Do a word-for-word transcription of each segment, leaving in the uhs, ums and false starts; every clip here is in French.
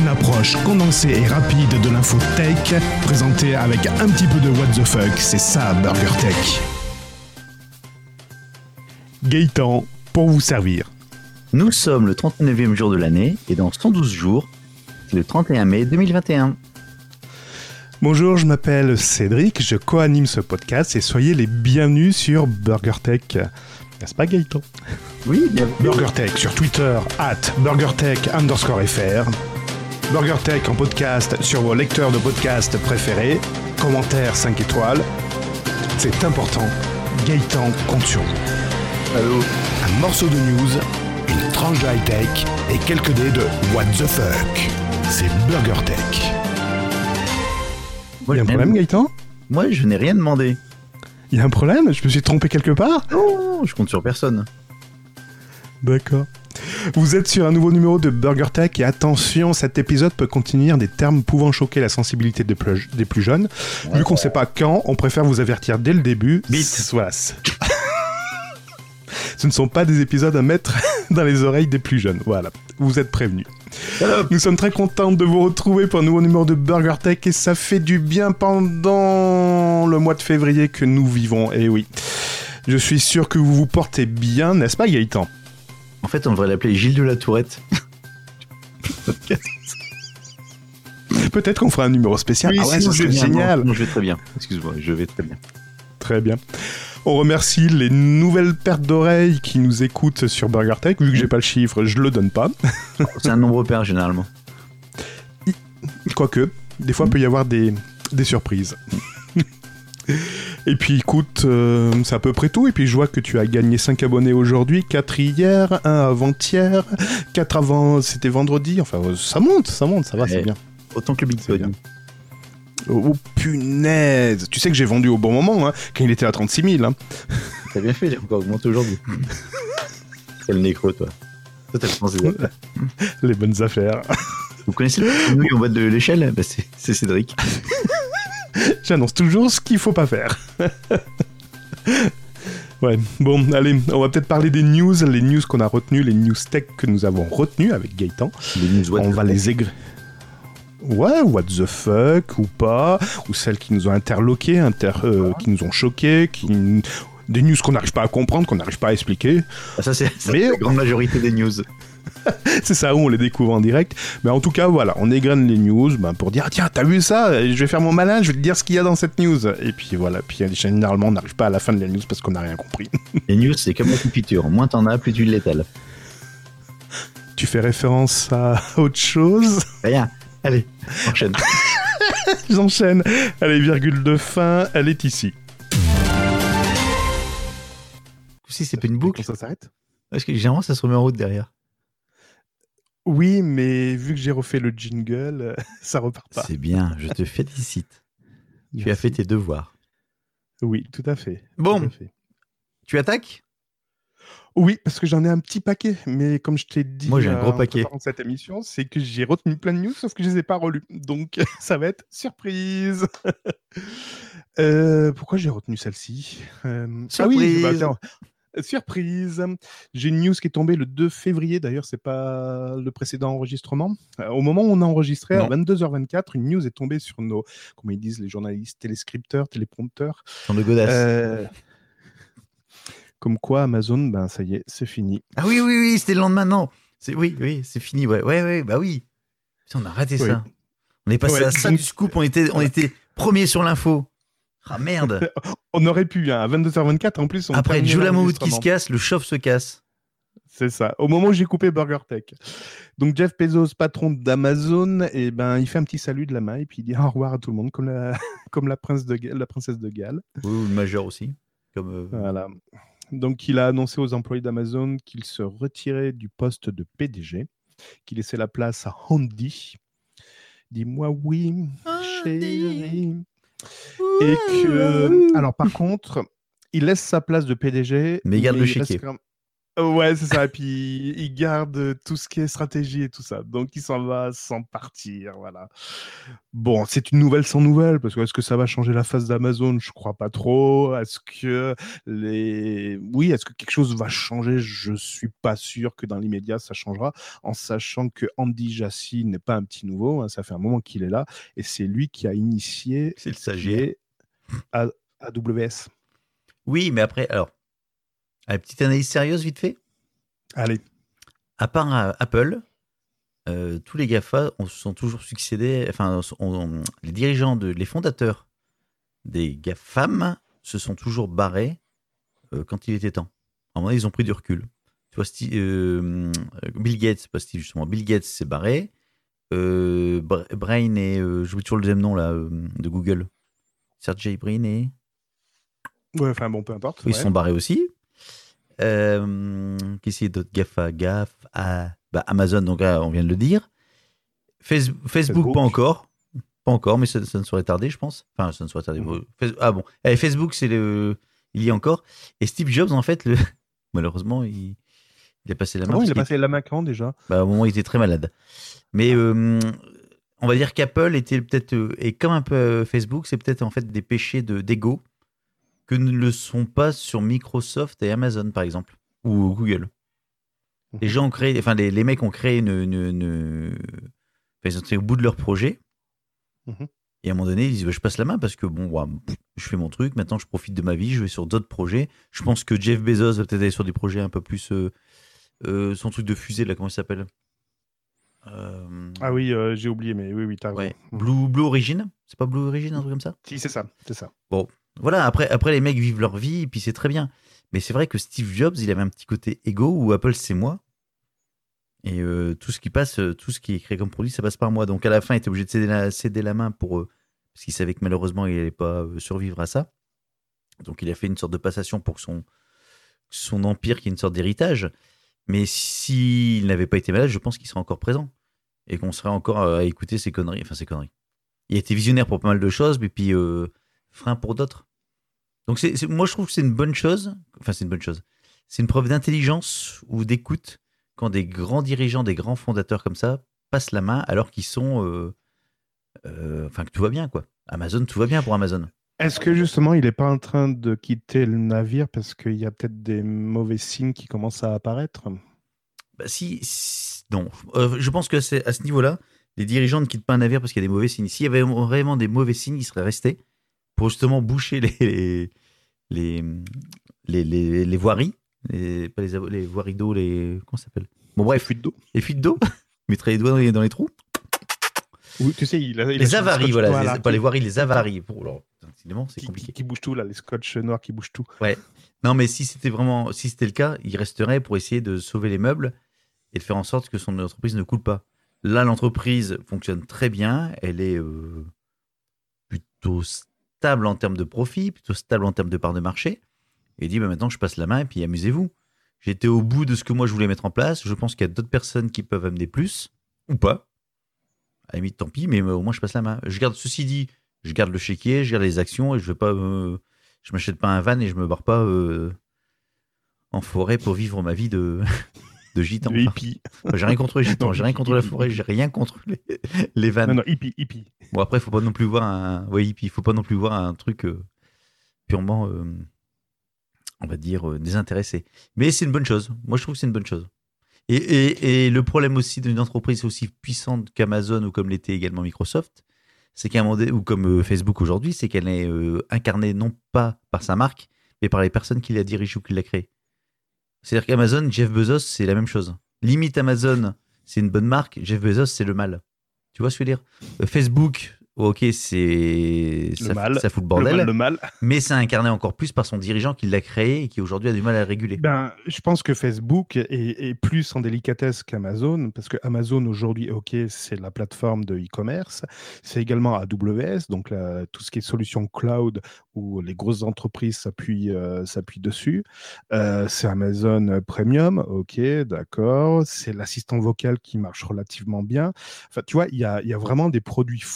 Une approche condensée et rapide de l'info tech, présentée avec un petit peu de what the fuck, c'est ça Burger Tech. Gaëtan, pour vous servir. Nous sommes le trente-neuvième jour de l'année et dans cent douze jours, c'est le trente et un mai deux mille vingt et un. Bonjour, je m'appelle Cédric, je co-anime ce podcast et soyez les bienvenus sur Burger Tech. N'est-ce pas Gaëtan ? Oui, bien Burger Tech sur Twitter, at BurgerTech underscore FR. Burger Tech en podcast sur vos lecteurs de podcasts préférés. Commentaires cinq étoiles. C'est important, Gaëtan compte sur vous. Allô. Un morceau de news, une tranche de high-tech et quelques dés de what the fuck. C'est Burger Tech. Moi, Il y a un problème même... Gaëtan ? Moi, je n'ai rien demandé. Il y a un problème ? Je me suis trompé quelque part ? Non, je compte sur personne. D'accord. Vous êtes sur un nouveau numéro de Burger Tech et attention, cet épisode peut contenir des termes pouvant choquer la sensibilité des plus, des plus jeunes. Ouais. Vu qu'on ne sait pas quand, on préfère vous avertir dès le début. Bite. Voilà. Ce ne sont pas des épisodes à mettre dans les oreilles des plus jeunes. Voilà, vous êtes prévenus. Hello. Nous sommes très contents de vous retrouver pour un nouveau numéro de Burger Tech et ça fait du bien pendant le mois de février que nous vivons. Et oui, je suis sûr que vous vous portez bien, n'est-ce pas Gaëtan ? En fait, on devrait l'appeler Gilles de la Tourette. Peut-être qu'on fera un numéro spécial. Oui, ah ouais, ça serait génial. Non, non, je vais très bien. Excuse-moi, je vais très bien. Très bien. On remercie les nouvelles paires d'oreilles qui nous écoutent sur Burger Tech. Vu que j'ai pas le chiffre, je le donne pas. C'est un nombre pair généralement. Quoique, des fois, il peut y avoir des, des surprises. Et puis écoute, euh, c'est à peu près tout. Et puis je vois que tu as gagné cinq abonnés aujourd'hui, quatre hier, un avant-hier, quatre avant, c'était vendredi. Enfin, ça monte, ça monte, ça va, ouais, c'est bien. Autant que le Bitcoin. Oh, oh punaise! Tu sais que j'ai vendu au bon moment, hein, quand il était à trente-six mille. Hein. T'as bien fait, j'ai encore augmenté aujourd'hui. Quel nécro, toi. Toi, t'as pensé ça. Les bonnes affaires. Vous connaissez le nouille en bas de l'échelle? Bah, c'est, c'est Cédric. J'annonce toujours ce qu'il faut pas faire. Ouais, bon, allez, on va peut-être parler des news, les news qu'on a retenues, les news tech que nous avons retenues avec Gaëtan. Les news what on va les aigrer. Ouais, what the fuck, ou pas, ou celles qui nous ont interloqués, inter, euh, qui nous ont choqués, qui... des news qu'on n'arrive pas à comprendre, qu'on n'arrive pas à expliquer. Ah, ça, c'est, ça, Mais... c'est la grande majorité des news. C'est ça, où on les découvre en direct. Mais en tout cas, voilà, on égrène les news ben, pour dire ah, tiens, t'as vu ça ? Je vais faire mon malin, je vais te dire ce qu'il y a dans cette news. Et puis voilà, puis généralement, on n'arrive pas à la fin de la news parce qu'on n'a rien compris. Les news, c'est comme la confiture. Moins t'en as, plus tu l'étales. Tu fais référence à autre chose ? Rien. Allez, enchaîne. J'enchaîne. Allez, virgule de fin, elle est ici. Si c'est pas une boucle. Ça s'arrête ? Parce que généralement, ça se remet en route derrière. Oui, mais vu que j'ai refait le jingle, ça repart pas. C'est bien, je te félicite. Tu as fait tes devoirs. Oui, tout à fait. Bon, tout à fait. Tu attaques ? Oui, parce que j'en ai un petit paquet, mais comme je t'ai dit Moi, j'ai un gros euh, paquet. dans cette émission, c'est que j'ai retenu plein de news, sauf que je les ai pas relus. Donc, ça va être surprise. euh, pourquoi j'ai retenu celle-ci euh... Surprise. Ah oui, bah, surprise. J'ai une news qui est tombée le deux février, d'ailleurs, c'est pas le précédent enregistrement. Euh, au moment où on a enregistré, non. À vingt-deux heures vingt-quatre, une news est tombée sur nos, comment ils disent, les journalistes, téléscripteurs, téléprompteurs. Sur le godasse. Euh... Comme quoi, Amazon, ben ça y est, c'est fini. Ah oui, oui, oui, c'était le lendemain, non. C'est, oui, oui, c'est fini, ouais, ouais, ouais, bah oui. Putain, on a raté oui. ça. On est passé ouais, à ça donc... du scoop, on était, on était premiers sur l'info. Ah merde. On aurait pu, hein, à vingt-deux heures vingt-quatre, en plus. On Après, Joe Lamout qui se casse, le chauffe se casse. C'est ça, au moment où j'ai coupé Burger Tech. Donc Jeff Bezos, patron d'Amazon, et ben, il fait un petit salut de la main et puis il dit au revoir à tout le monde, comme la, comme la, prince de, la princesse de Galles. Oui, ou le majeur aussi. Comme euh... Voilà. Donc, il a annoncé aux employés d'Amazon qu'il se retirait du poste de P D G, qu'il laissait la place à Andy. Dis-moi oui, chérie. Et que... Alors, par contre, il laisse sa place de P D G. Mais il garde le chéquier. Quand... Ouais, c'est ça. Et puis, il garde tout ce qui est stratégie et tout ça. Donc, il s'en va sans partir. Voilà. Bon, c'est une nouvelle sans nouvelle, parce que est-ce que ça va changer la face d'Amazon? Je crois pas trop. Est-ce que les... Oui, est-ce que quelque chose va changer? Je suis pas sûr que dans l'immédiat, ça changera, en sachant que Andy Jassy n'est pas un petit nouveau, hein. Ça fait un moment qu'il est là. Et c'est lui qui a initié C'est le ce qui stagiaire. est A- AWS. Oui, mais après, alors, une petite analyse sérieuse vite fait. Allez. À part euh, Apple, euh, tous les GAFA ont, sont toujours succédés, enfin, on- on- les dirigeants, de, les fondateurs des GAFAM se sont toujours barrés euh, quand il était temps. À un moment donné, ils ont pris du recul. Tu vois, Steve- euh, Bill Gates, pas Steve justement, Bill Gates s'est barré. Euh, Bra- Brain et, euh, j'oublie toujours le deuxième nom là, euh, de Google. Sergey Brin et... Ouais, enfin bon, peu importe. Ils se Ouais. sont barrés aussi. Euh, Qu'est-ce qu'il y a d'autre? GAFA, GAF, ah, bah, Amazon, donc là, on vient de le dire. Face- Facebook, pas Facebook. encore. Pas encore, mais ça, ça ne saurait tarder, je pense. Enfin, ça ne saurait tarder. Mhm. Face- Ah bon, eh, Facebook, c'est le... il y est encore. Et Steve Jobs, en fait, le... malheureusement, il... il a passé la Ah main bon, parce il a qu'il passé la main quand déjà? bah, au moment où il était très malade. Mais Ah. euh, on va dire qu'Apple était peut-être, euh, et comme un peu euh, Facebook, c'est peut-être en fait des péchés de, d'ego que ne le sont pas sur Microsoft et Amazon, par exemple, ou Google. Les Mhm. gens ont créé, enfin, les, les mecs ont créé une, une, une- enfin, ils ont été au bout de leur projet. Mhm. Et à un moment donné, ils disent bah, je passe la main parce que bon, ouais, pff, je fais mon truc. Maintenant, je profite de ma vie. Je vais sur d'autres projets. Je pense que Jeff Bezos va peut-être aller sur des projets un peu plus. Euh, euh, son truc de fusée, là, comment il s'appelle? Euh, Ah oui, euh, j'ai oublié, mais oui, oui, t'as raison. ouais, Mhm. Blue, Blue Origin. C'est pas Blue Origin, un truc comme ça? Si, c'est ça, c'est ça. Bon, voilà. Après, après, les mecs vivent leur vie et puis c'est très bien. Mais c'est vrai que Steve Jobs, il avait un petit côté égo où Apple, c'est moi. Et euh, tout ce qui passe, euh, tout ce qui est créé comme produit, ça passe par moi. Donc à la fin, il était obligé de céder la, céder la main pour eux, parce qu'il savait que malheureusement, il n'allait pas euh, survivre à ça. Donc il a fait une sorte de passation pour que son, son empire, qui est une sorte d'héritage. Mais s'il n'avait pas été malade, je pense qu'il serait encore présent. Et qu'on serait encore euh, à écouter ses conneries. Enfin, ses conneries. Il a été visionnaire pour pas mal de choses, mais puis euh, frein pour d'autres. Donc c'est, c'est- moi, je trouve que c'est une bonne chose. Enfin, c'est une bonne chose. C'est une preuve d'intelligence ou d'écoute quand des grands dirigeants, des grands fondateurs comme ça passent la main alors qu'ils sont... euh, euh, enfin, que tout va bien, quoi. Amazon, tout va bien pour Amazon. Est-ce que justement, il n'est pas en train de quitter le navire parce qu'il y a peut-être des mauvais signes qui commencent à apparaître? Bah, si, si- non. Euh, je pense que c'est à ce niveau-là, les dirigeants ne quittent pas un navire parce qu'il y a des mauvais signes. S'il y avait vraiment des mauvais signes, ils seraient restés pour justement boucher les, les, les, les, les- les voiries. Les, pas les, avo- les voiries d'eau, les. Comment ça s'appelle? Bon, Les bref, fuites d'eau? les fuites d'eau. Mettrait les doigts dans les, dans les trous. Oui, tu sais, il a, il a Les ce avaries, scotch voilà. noir, les- là, pas qui, les voiries, les avaries. Bon, alors, décidément, c'est qui, qui, compliqué. qui bouge tout, là, les scotch noirs qui bougent tout. Ouais. Non, mais si c'était vraiment, si c'était le cas, il resterait pour essayer de sauver les meubles et de faire en sorte que son entreprise ne coule pas. Là, l'entreprise fonctionne très bien. Elle est euh, plutôt stable en termes de profit, plutôt stable en termes de part de marché. Et il dit, bah, maintenant, je passe la main et puis amusez-vous. J'étais au bout de ce que moi, je voulais mettre en place. Je pense qu'il y a d'autres personnes qui peuvent amener plus ou pas. À la limite, tant pis, mais au moins, je passe la main. Je garde, ceci dit, je garde le chéquier, je garde les actions et je vais pas, euh, je m'achète pas un van et je me barre pas euh, en forêt pour vivre ma vie de, de gitan. De Enfin, hippie. enfin, j'ai rien contre les gitans, Non, j'ai rien hippie, contre la hippie, forêt, hippie. j'ai rien contre les, les Non, vannes. non, hippie, hippie. Bon, après, faut pas non plus voir un, ouais, hippie, faut pas non plus voir un truc euh, purement, euh, on va dire, euh, désintéressé. Mais c'est une bonne chose. Moi, je trouve que c'est une bonne chose. Et, et, et le problème aussi d'une entreprise aussi puissante qu'Amazon ou comme l'était également Microsoft, c'est qu'à un moment donné, ou comme euh, Facebook aujourd'hui, c'est qu'elle est euh, incarnée non pas par sa marque, mais par les personnes qui la dirigent ou qui la créent. C'est-à-dire qu'Amazon, Jeff Bezos, c'est la même chose. Limite Amazon, c'est une bonne marque, Jeff Bezos, c'est le mal. Tu vois ce que je veux dire? Euh, Facebook, ok, c'est Le ça, mal. ça fout le Le bordel, mal, le mal. mais c'est incarné encore plus par son dirigeant qui l'a créé et qui aujourd'hui a du mal à le réguler. Ben, je pense que Facebook est, est plus en délicatesse qu'Amazon, parce que Amazon aujourd'hui, ok, c'est la plateforme de e-commerce, c'est également A W S, donc la- tout ce qui est solution cloud où les grosses entreprises s'appuient euh, s'appuient dessus. Euh, c'est Amazon Premium, ok, d'accord. C'est l'assistant vocal qui marche relativement bien. Enfin, tu vois, il y a, il y a vraiment des produits forts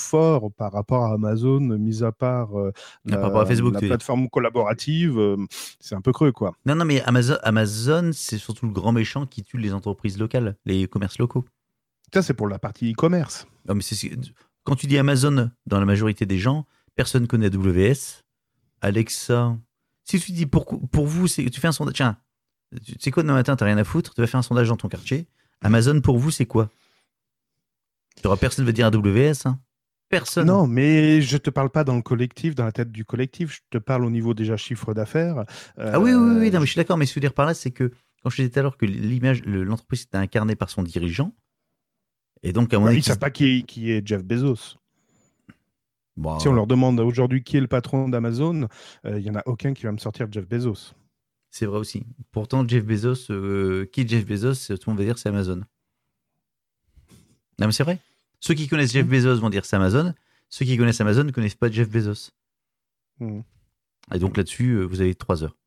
sur, par rapport à Amazon, mis à part euh, Ah, la, par rapport à Facebook, la tu veux dire. plateforme collaborative, euh, c'est un peu creux, quoi. Non, non, mais Amazon, Amazon, c'est surtout le grand méchant qui tue les entreprises locales, les commerces locaux. Ça, c'est pour la partie e-commerce. Non, mais c'est, quand tu dis Amazon, dans la majorité des gens, personne connaît A W S, Alexa. Si tu dis pour, pour vous, c'est, tu fais un sondage, tiens, tu sais quoi, demain matin, t'as rien à foutre, tu vas faire un sondage dans ton quartier. Amazon, pour vous, c'est quoi? Tu auras personne va dire A W S, hein. Personne. Non, mais je te parle pas dans le collectif, dans la tête du collectif. Je te parle au niveau déjà chiffre d'affaires. Euh, Ah oui, oui, oui, non, mais je suis d'accord, mais ce que je veux dire par là, c'est que quand je disais tout à l'heure que l'image, le- l'entreprise était incarnée par son dirigeant, et donc à mon bah, avis, ils savent pas qui est, qui est Jeff Bezos. bon, Si on leur demande aujourd'hui qui est le patron d'Amazon, il y en a aucun qui va me sortir Jeff Bezos. c'est vrai aussi. Pourtant, Jeff Bezos, euh, qui est Jeff Bezos, tout le monde va dire c'est Amazon. Non, mais c'est vrai. Ceux qui connaissent Jeff Mmh. Bezos vont dire c'est Amazon. Ceux qui connaissent Amazon ne connaissent pas Jeff Bezos. Mmh. Et donc là-dessus, euh, vous avez trois heures.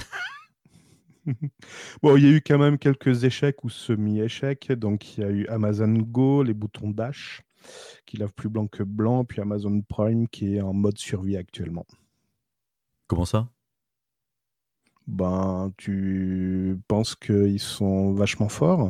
Bon, il y a eu quand même quelques échecs ou semi-échecs. Donc, il y a eu Amazon Go, les boutons Dash, qui lavent plus blanc que blanc, puis Amazon Prime, qui est en mode survie actuellement. Comment ça? Ben, tu penses qu'ils sont vachement forts?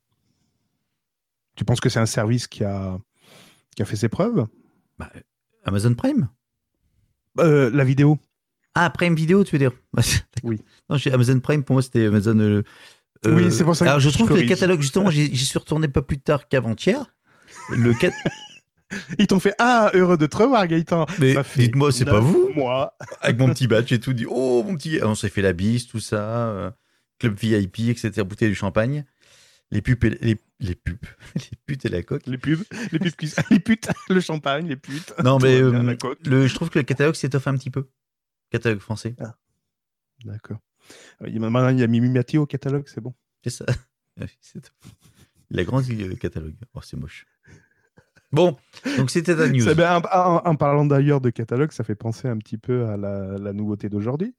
Tu penses que c'est un service qui a, qui a fait ses preuves? Bah, Amazon Prime? Euh, la vidéo? Ah, Prime Video, tu veux dire? Oui. Non, chez Amazon Prime, pour moi, c'était Amazon. euh, euh, Oui, c'est pour ça que alors, je je trouve que le corrige. catalogue, justement, j'y j'y suis retourné pas plus tard qu'avant-hier. Le cat... Ils t'ont fait ah, heureux de te revoir, Gaëtan. Mais Ça fait dites-moi, c'est pas neuf vous? mois. Avec mon petit badge et tout, dit oh, mon petit. Ah, on s'est fait la bise, tout ça. euh, club V I P, et cetera. Bouteille de champagne. Les pubs et les, les pubs. Les putes et la coque. Les pubs, les pubs, qui- les putes, le champagne, les putes. Non, Tout mais va bien, euh, la coque. le, je trouve que le catalogue s'étoffe un petit peu. Catalogue français. D'accord. Il y a- Maintenant, il y a Mimi Mati au catalogue, c'est bon. C'est ça. Ouais, c'est tout. Il a grandi le catalogue. Oh, c'est moche. Bon, donc c'était ta news. C'est bien, en, en- en parlant d'ailleurs de catalogue, ça fait penser un petit peu à la, la nouveauté d'aujourd'hui.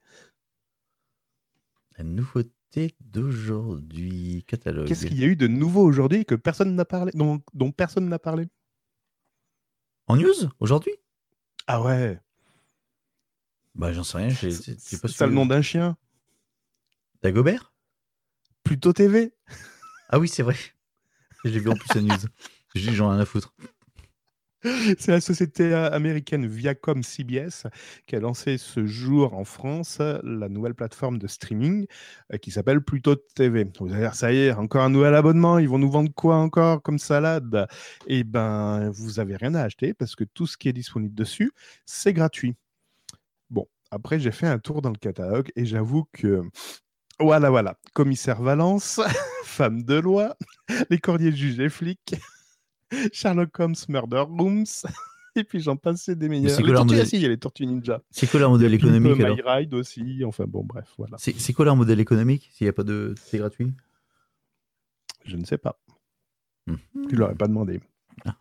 La nouveauté d'aujourd'hui. Catalogue. Qu'est-ce qu'il y a eu de nouveau aujourd'hui que personne n'a parlé, dont, dont personne n'a parlé? En news aujourd'hui? Ah ouais, Bah, j'en sais rien. J'ai, j'ai c'est pas ça le suivi. nom d'un chien. Dagobert? Plutôt T V. Ah oui, c'est vrai. J'ai vu en plus la news. J'ai dit, j'en ai rien à foutre. C'est la société euh, américaine Viacom C B S qui a lancé ce jour en France euh, la nouvelle plateforme de streaming euh, qui s'appelle Pluto T V. Vous allez dire, ça y est, encore un nouvel abonnement, ils vont nous vendre quoi encore comme salade? Eh ben, vous avez rien à acheter parce que tout ce qui est disponible dessus, c'est gratuit. Bon, après, j'ai fait un tour dans le catalogue et j'avoue que voilà, voilà, Commissaire Valence, Femme de loi, Les Cordiers juges et flics, Sherlock Holmes Murder Rooms, et puis j'en passais des meilleurs. c'est Les quoi leur tortues, modèle- ah si, il y a les Tortues Ninja. C'est quoi leur Il y a modèle Pimp économique My alors? Ride aussi, enfin bon, bref, voilà. C'est, c'est quoi leur modèle économique s'il n'y a pas de. C'est gratuit? Je ne sais pas, Mhm. je leur ai pas demandé. Ah.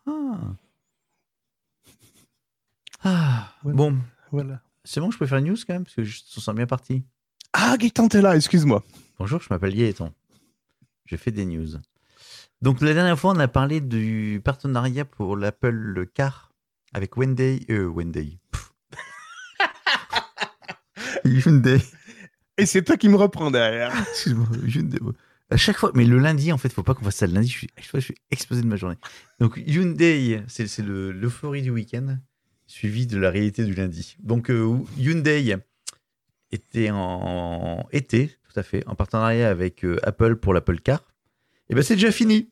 Ah. Voilà. Bon, Voilà. c'est bon, je peux faire une news quand même parce que je me sens bien parti. Ah, Gaëtan, t'es là, excuse-moi. Bonjour, je m'appelle Gaëtan. Je fais des news. Donc la dernière fois, on a parlé du partenariat pour l'Apple Car avec Hyundai. Euh, Hyundai. Hyundai. Et c'est toi qui me reprends derrière. Excuse-moi, Hyundai. À chaque fois, mais le lundi, en fait, faut pas qu'on fasse ça le lundi. Je suis, à chaque fois, je suis explosé de ma journée. Donc Hyundai, c'est, c'est le, l'euphorie du week-end, suivi de la réalité du lundi. Donc euh, Hyundai était en été, tout à fait, en partenariat avec euh, Apple pour l'Apple Car. Et ben c'est déjà fini.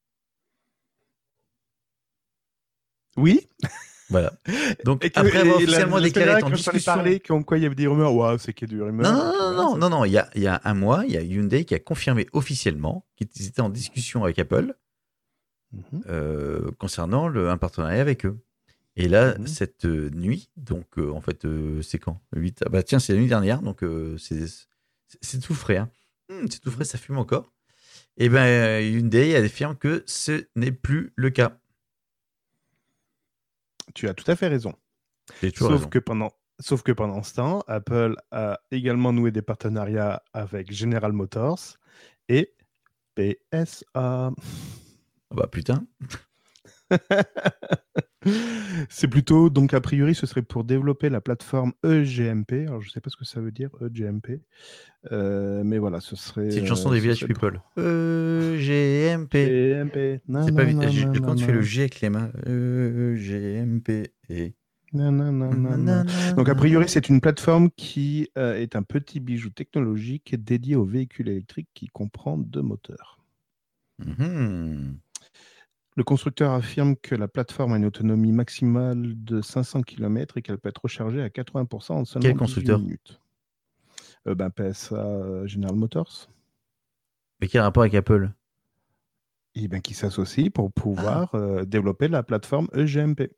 Oui. Voilà. Donc Et que- après avoir et la- officiellement la déclaré semaine être en dernière, quand j'en ai discussion. parlé, comme quoi il y avait des rumeurs. Waouh, c'est qu'il y a des rumeurs. Non, non, non, non, non, non. Il y a, il y a un mois, il y a Hyundai qui a confirmé officiellement qu'ils étaient en discussion avec Apple Mhm. euh, concernant le, un partenariat avec eux. Et là, Mhm. cette euh, nuit, donc euh, en fait, euh, c'est quand huit Ah bah tiens, c'est la nuit dernière, donc euh, c'est, c'est, c'est tout frais. Hein. Hum, c'est tout frais, ça fume encore. Et ben euh, Hyundai affirme que ce n'est plus le cas. Tu as tout à fait raison. J'ai toujours Sauf raison. que, pendant, sauf que pendant ce temps, Apple a également noué des partenariats avec General Motors et P S A. Ah bah putain. C'est plutôt, donc a priori, ce serait pour développer la plateforme E G M P. Alors, je ne sais pas ce que ça veut dire, E G M P. Euh, mais voilà, ce serait. C'est une chanson euh, des ce Village serait People. E G M P. G M P. C'est pas vi- Quand tu fais le G avec les mains. E G M P. Et... Donc, a priori, c'est une plateforme qui euh, est un petit bijou technologique dédié aux véhicules électriques qui comprend deux moteurs. Mm-hmm. Le constructeur affirme que la plateforme a une autonomie maximale de cinq cents kilomètres et qu'elle peut être rechargée à quatre-vingts pour cent en seulement Quel dix-huit constructeur minutes. Euh, ben, P S A euh, General Motors. Mais quel rapport avec Apple? Et ben, qui s'associe pour pouvoir ah. euh, développer la plateforme E G M P.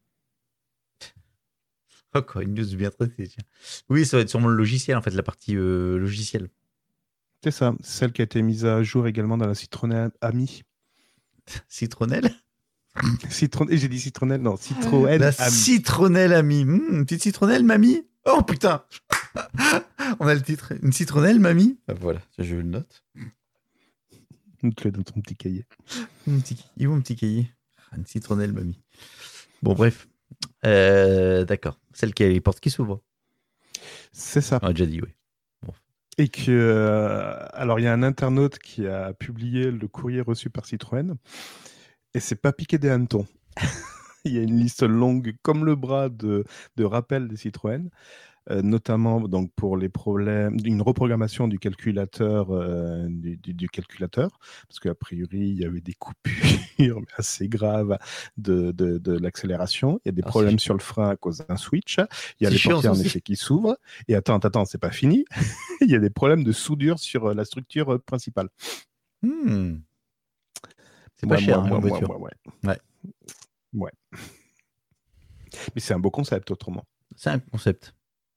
Encore une news bien traitée, tiens. Oui, ça va être sûrement le logiciel, en fait, la partie euh, logicielle. C'est ça, celle qui a été mise à jour également dans la Citroën Ami. Citronnelle Citron... J'ai dit citronnelle, non, Citroën La Ami. citronnelle Ami. Mmh, petite citronnelle, mamie. Oh putain. On a le titre. Une citronnelle, mamie. Ah, voilà, je le note. On te le dans ton petit cahier. Mon petit... Il est où mon petit cahier? Une citronnelle, mamie. Bon, bref. Euh, d'accord. Celle qui a les portes qui s'ouvrent. C'est ça. On a déjà dit, oui. Bon. Et que, euh, alors, il y a un internaute qui a publié le courrier reçu par Citroën, et c'est pas piqué des hannetons. Il y a une liste longue comme le bras de, de rappels des Citroën, euh, notamment donc pour les problèmes, une reprogrammation du calculateur, euh, du, du, du calculateur, parce qu'a priori il y avait des coupures assez graves de, de, de l'accélération. Il y a des ah, problèmes sur le frein à cause d'un switch. Il y a les portières en effet qui s'ouvrent. Et attends, attends, c'est pas fini. Il y a des problèmes de soudure sur la structure principale. Hmm. C'est moi, pas cher, moi, hein, moi, la voiture. Moi, ouais. ouais. Ouais. Mais c'est un beau concept autrement. C'est un concept.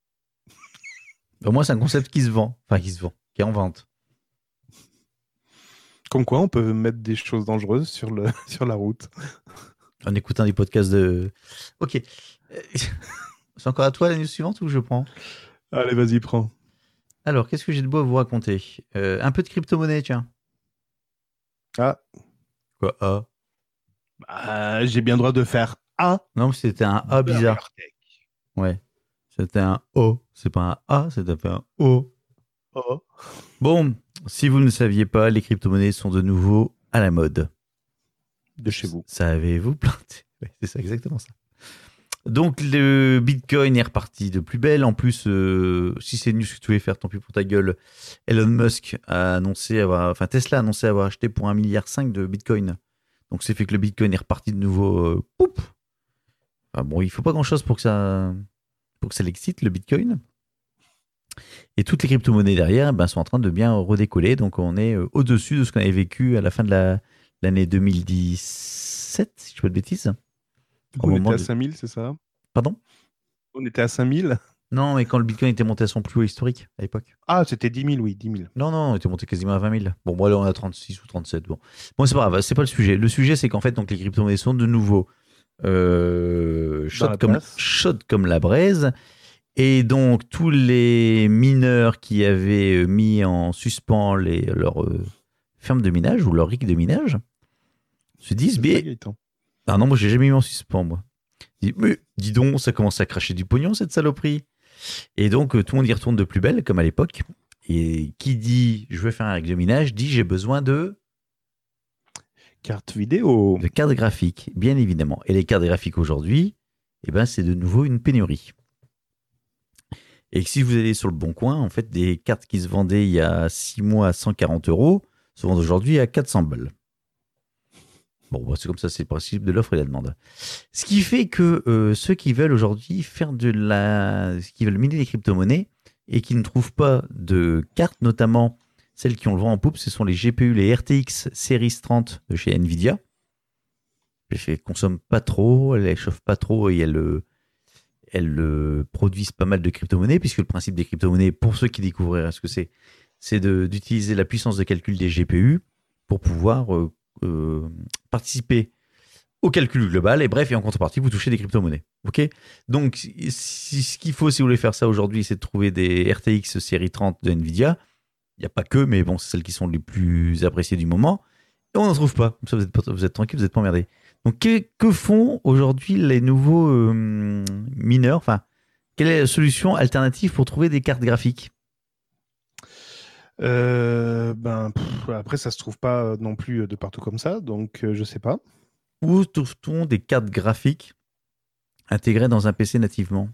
Au moins, c'est un concept qui se vend. Enfin, qui se vend, qui est en vente. Comme quoi, on peut mettre des choses dangereuses sur, le, sur la route. En écoutant des podcasts de... Ok. C'est encore à toi la news suivante ou je prends? Allez, vas-y, prends. Alors, qu'est-ce que j'ai de beau à vous raconter? euh, Un peu de crypto-monnaie, tiens. Ah. Quoi, A? Bah, j'ai bien le droit de faire A. Non, c'était un A bizarre. Ouais. C'était un O. C'est pas un A, c'était un O. O. Bon, si vous ne le saviez pas, les crypto-monnaies sont de nouveau à la mode. De chez vous. Savez-vous planter? Ouais, c'est ça, exactement ça. Donc, le Bitcoin est reparti de plus belle. En plus, euh, si c'est une news que tu voulais faire, tant pis pour ta gueule, Elon Musk a annoncé avoir, enfin Tesla a annoncé avoir acheté pour un milliard cinq de Bitcoin. Donc, c'est fait que le Bitcoin est reparti de nouveau. Euh, poup enfin, bon, il faut pas grand-chose pour que ça, pour que ça l'excite, le Bitcoin. Et toutes les crypto-monnaies derrière ben, sont en train de bien redécoller. Donc, on est euh, au-dessus de ce qu'on avait vécu à la fin de la, l'année deux mille dix-sept, si je ne dis pas de bêtises. On était à cinq mille, c'est ça? Pardon? On était à cinq mille? Non, mais quand le Bitcoin était monté à son plus haut historique à l'époque. Ah, c'était dix mille, oui, dix mille. Non, non, on était monté quasiment à vingt mille. Bon, moi, là, on a trente-six ou trente-sept. Bon, bon c'est pas grave, c'est pas le sujet. Le sujet, c'est qu'en fait, donc, les crypto-monnaies sont de nouveau euh, chaudes comme, chaude comme la braise. Et donc, tous les mineurs qui avaient mis en suspens les, leur euh, ferme de minage ou leur rig de minage se disent, bien. Ah non, moi, j'ai jamais mis en suspens, moi. Dis, mais dis donc, ça commence à cracher du pognon, cette saloperie. Et donc, tout le monde y retourne de plus belle, comme à l'époque. Et qui dit, je veux faire un rig de minage, dit, j'ai besoin de... Carte vidéo. De cartes graphiques, bien évidemment. Et les cartes graphiques aujourd'hui, eh ben, c'est de nouveau une pénurie. Et si vous allez sur le Bon Coin, en fait, des cartes qui se vendaient il y a six mois à cent quarante euros se vendent aujourd'hui à quatre cents balles. Bon, c'est comme ça, c'est le principe de l'offre et la demande. Ce qui fait que euh, ceux qui veulent aujourd'hui faire de la... qui veulent miner les crypto-monnaies et qui ne trouvent pas de cartes, notamment celles qui ont le vent en poupe, ce sont les G P U, les R T X Series trente de chez Nvidia. Elles ne consomment pas trop, elles ne chauffent pas trop et elles, euh, elles euh, produisent pas mal de crypto-monnaies, puisque le principe des crypto-monnaies, pour ceux qui découvriraient ce que c'est, c'est de, d'utiliser la puissance de calcul des G P U pour pouvoir... Euh, Euh, participer au calcul global et bref, et en contrepartie vous touchez des crypto-monnaies. Ok, donc si, ce qu'il faut si vous voulez faire ça aujourd'hui, c'est de trouver des R T X série trente de Nvidia. Il n'y a pas que, mais bon, c'est celles qui sont les plus appréciées du moment. Et on n'en trouve pas. Ça, vous êtes, pas- vous êtes tranquille, vous n'êtes pas emmerdés. Donc, que, que font aujourd'hui les nouveaux euh, mineurs? Enfin, quelle est la solution alternative pour trouver des cartes graphiques? Euh, ben, pff, après, ça se trouve pas non plus de partout comme ça, donc euh, je sais pas. Où trouve-t-on des cartes graphiques intégrées dans un P C nativement?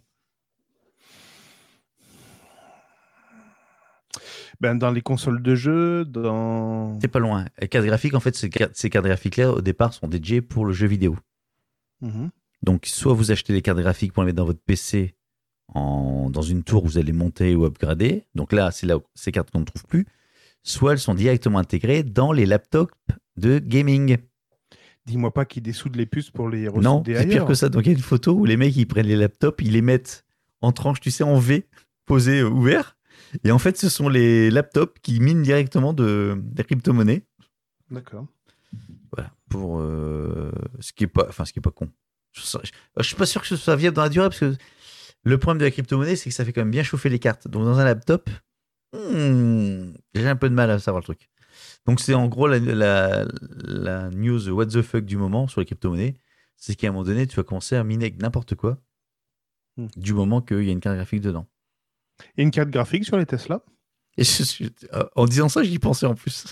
Ben, dans les consoles de jeux, dans... C'est pas loin. Les cartes graphiques, en fait, ces cartes, ces cartes graphiques-là, au départ, sont dédiées pour le jeu vidéo. Mhm. Donc, soit vous achetez des cartes graphiques pour les mettre dans votre P C en, dans une tour où vous allez monter ou upgrader. Donc là, c'est là où ces cartes qu'on ne trouve plus. Soit elles sont directement intégrées dans les laptops de gaming. Dis-moi pas qu'ils dessoudent les puces pour les Non, ressouder c'est pire ailleurs. que ça. Donc, il y a une photo où les mecs, ils prennent les laptops, ils les mettent en tranche, tu sais, en V, posés, euh, ouverts. Et en fait, ce sont les laptops qui minent directement de, des crypto-monnaies. D'accord. Voilà. Pour euh, ce qui est pas, enfin, ce qui est pas con. Je, je, je suis pas sûr que ce soit viable dans la durée parce que le problème de la crypto-monnaie, c'est que ça fait quand même bien chauffer les cartes. Donc, dans un laptop, hmm, j'ai un peu de mal à savoir le truc. Donc, c'est en gros la, la, la news what the fuck du moment sur les crypto-monnaies. C'est qu'à un moment donné, tu vas commencer à miner avec n'importe quoi Hmm. du moment qu'il y a une carte graphique dedans. Et une carte graphique sur les Tesla? Et je suis- en disant ça, j'y pensais en plus.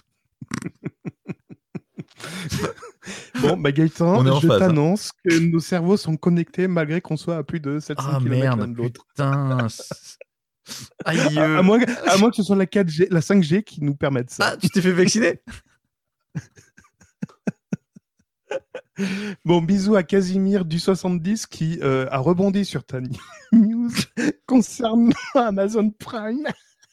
Bon, bah Gaëtan, On est en je phase, hein. t'annonce que nos cerveaux sont connectés malgré qu'on soit à plus de sept cents Ah kilomètres l'un merde, de l'autre. putain. Aïe. À, à moins, que- à moins que ce soit la quatre G, la cinq G qui nous permette ça. Ah, tu t'es fait vacciner? Bon, bisous à Casimir du soixante-dix qui euh, a rebondi sur ta news concernant Amazon Prime.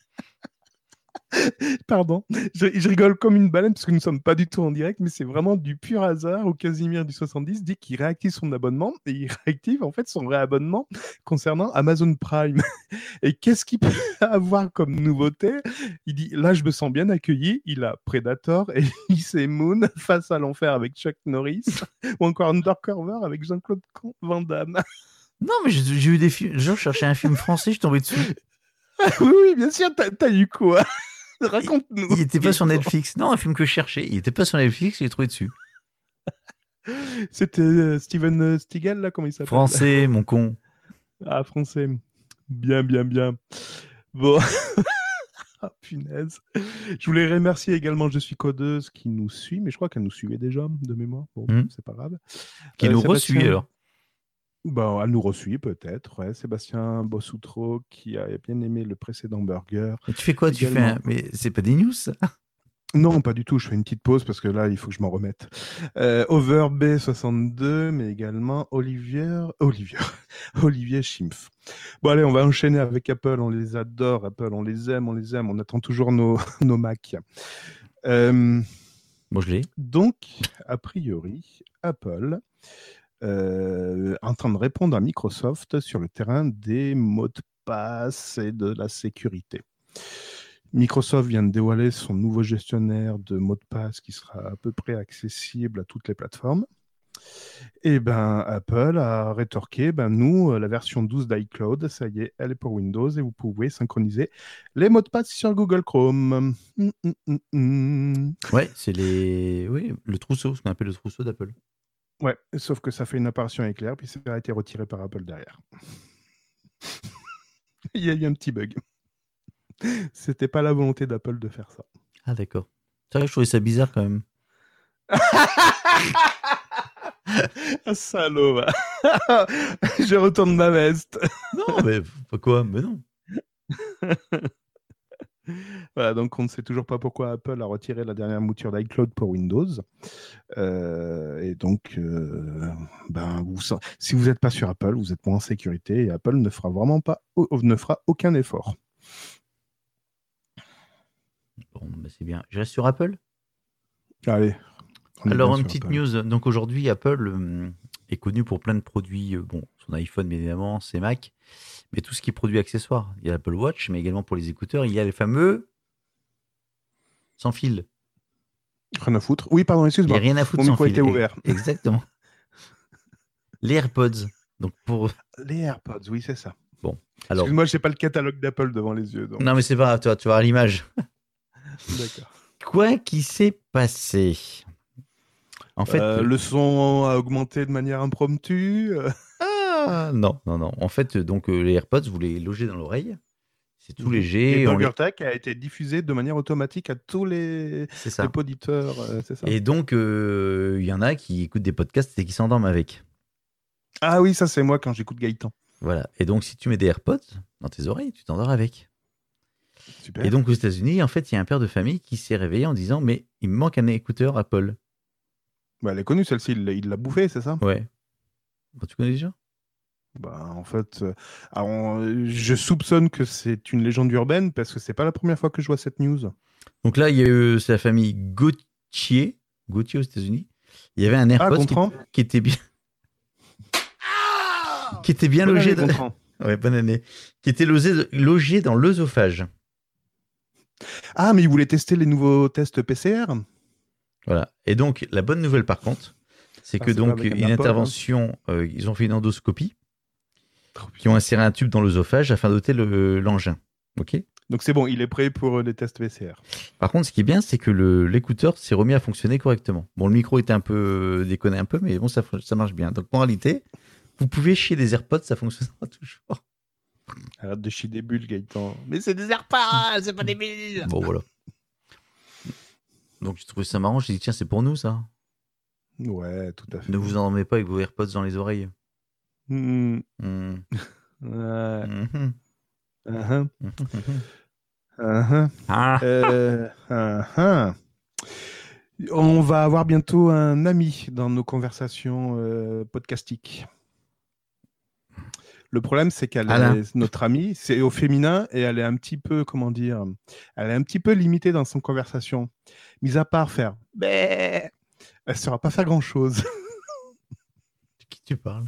Pardon, je, je rigole comme une baleine parce que nous ne sommes pas du tout en direct, mais c'est vraiment du pur hasard où Casimir du soixante-dix dit qu'il réactive son abonnement et il réactive en fait son réabonnement concernant Amazon Prime. Et qu'est-ce qu'il peut avoir comme nouveauté? Il dit, là je me sens bien accueilli, il a Predator et Elise Moon face à l'enfer avec Chuck Norris ou encore Undercover avec Jean-Claude Van Damme. Non, mais j'ai j'ai eu des films. Genre, je cherchais un film français, je suis tombé dessus. Oui, oui, bien sûr, t'as, t'as eu quoi? Raconte-nous. Il était pas sur Netflix. Non, un film que je cherchais. Il était pas sur Netflix, je l'ai trouvé dessus. C'était euh, Steven Seagal, là, comment il s'appelle? Français, mon con. Ah, français. Bien, bien, bien. Bon. Ah, punaise. Je voulais remercier également Je suis codeuse qui nous suit, mais je crois qu'elle nous suivait déjà de mémoire. Bon, Hmm. c'est pas grave. Qui Euh, nous Sébastien- reçut alors. Bon, elle nous reçuit peut-être. Ouais. Sébastien Bossoutro qui a bien aimé le précédent burger. Et tu fais quoi? Tu fais Également. un... Mais c'est pas des news, ça? Non, pas du tout. Je fais une petite pause parce que là, il faut que je m'en remette. Euh, Over B soixante-deux, mais également Olivier, Olivier, Olivier Schimpf. Bon, allez, on va enchaîner avec Apple. On les adore, Apple. On les aime, on les aime. On attend toujours nos, nos Macs. Euh, Bon, je l'ai. donc, a priori, Apple euh, est en train de répondre à Microsoft sur le terrain des mots de passe et de la sécurité. Microsoft vient de dévoiler son nouveau gestionnaire de mots de passe qui sera à peu près accessible à toutes les plateformes. Et ben Apple a rétorqué, ben nous, la version douze d'iCloud, ça y est, elle est pour Windows et vous pouvez synchroniser les mots de passe sur Google Chrome. Hum, hum, hum, hum. Ouais, c'est les. Oui, le trousseau, ce qu'on appelle le trousseau d'Apple. Ouais, sauf que ça fait une apparition éclair, puis ça a été retiré par Apple derrière. Il y a eu un petit bug. C'était pas la volonté d'Apple de faire ça. Ah, d'accord. C'est vrai que je trouvais ça bizarre quand même. Ah, salaud, va. Je retourne ma veste. Non, mais pas quoi? Mais non. Voilà, donc on ne sait toujours pas pourquoi Apple a retiré la dernière mouture d'iCloud pour Windows. Euh, et donc, euh, ben, vous, si vous n'êtes pas sur Apple, vous êtes moins en sécurité et Apple ne fera vraiment pas, ne fera aucun effort. Bon, bah c'est bien. Je reste sur Apple. Allez. Alors, une petite Apple. news. Donc, aujourd'hui, Apple euh, est connu pour plein de produits. Euh, bon, son iPhone, bien évidemment, ses Mac, mais tout ce qui est produit accessoire. Il y a l'Apple Watch, mais également pour les écouteurs, il y a les fameux sans fil. Rien à foutre. Oui, pardon, excuse-moi. Il n'y a rien à foutre Mon sans micro fil. était ouvert. Exactement. Les AirPods. Donc pour... Les AirPods, oui, c'est ça. Bon, alors. Excuse-moi, je n'ai pas le catalogue d'Apple devant les yeux. Donc... Non, mais c'est pas grave, tu vas, tu vas voir l'image. D'accord. Quoi qui s'est passé? En fait, Euh, euh, le son a augmenté de manière impromptue. euh. ah, non, non, non. En fait, euh, donc euh, les AirPods, vous les logez dans l'oreille. C'est tout Mhm. Et léger. On les... BurgerTech a été diffusé de manière automatique à tous les, C'est les ça. poditeurs, euh, c'est ça? Et donc, euh, il y en a qui écoutent des podcasts et qui s'endorment avec. Ah oui, ça c'est moi quand j'écoute Gaëtan. Voilà. Et donc, si tu mets des AirPods dans tes oreilles, tu t'endors avec. Et Super. donc, aux États-Unis, en fait, il y a un père de famille qui s'est réveillé en disant, mais il me manque un écouteur Apple. Bah, elle est connue celle-ci, il l'a il l'a bouffée, c'est ça? Ouais. Bon, tu connais déjà? Bah, en fait, euh, alors, on- je soupçonne que c'est une légende urbaine parce que c'est pas la première fois que je vois cette news. Donc là, il y a eu, c'est la famille Gauthier, Gauthier aux États-Unis. Il y avait un Ah, AirPods qui, Gontran? qui était bien, qui était bien Bonne logé, année, dans... Gontran. ouais, bonne année, qui était logé, logé dans l'œsophage. Ah, mais il voulait tester les nouveaux tests P C R? Voilà. Et donc, la bonne nouvelle, par contre, c'est Ah, que c'est pas donc avec un une Apple, hein. intervention, euh, ils ont fait une endoscopie, Trop qui ont bien. inséré un tube dans l'œsophage afin d'ôter le- l'engin. Ok. Donc c'est bon, il est prêt pour euh, les tests P C R. Par contre, ce qui est bien, c'est que le- l'écouteur s'est remis à fonctionner correctement. Bon, le micro était un peu euh, déconné un peu, mais bon, ça, ça marche bien. Donc, en réalité, vous pouvez chier des AirPods, ça fonctionnera toujours. Arrête de chier des bulles, Gaëtan. Mais c'est des AirPods, c'est pas des bulles. Bon, voilà. Donc, j'ai trouvé ça marrant. J'ai dit, tiens, c'est pour nous, ça. Ouais, tout à fait. Ne vous endormez pas avec vos AirPods dans les oreilles. Hmm, Hmm. ouais. Mhm. Uh-huh, Mhm. uh-huh. Ah. Euh, uh-huh. On va avoir bientôt un ami dans nos conversations euh, podcastiques. Le problème, c'est qu'elle Alain. est notre amie, c'est au féminin et elle est un petit peu, comment dire, elle est un petit peu limitée dans son conversation. Mis à part faire, ben, elle ne saura pas faire grand-chose. De qui tu parles?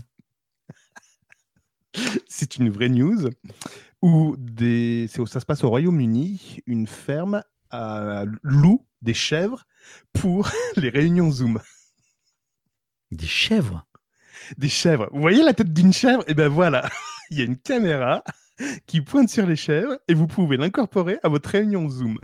C'est une vraie news où des, c'est, ça se passe au Royaume-Uni, une ferme euh, loue des chèvres pour les réunions Zoom. Des chèvres? Des chèvres. Vous voyez la tête d'une chèvre? Et ben voilà, il y a une caméra qui pointe sur les chèvres et vous pouvez l'incorporer à votre réunion Zoom.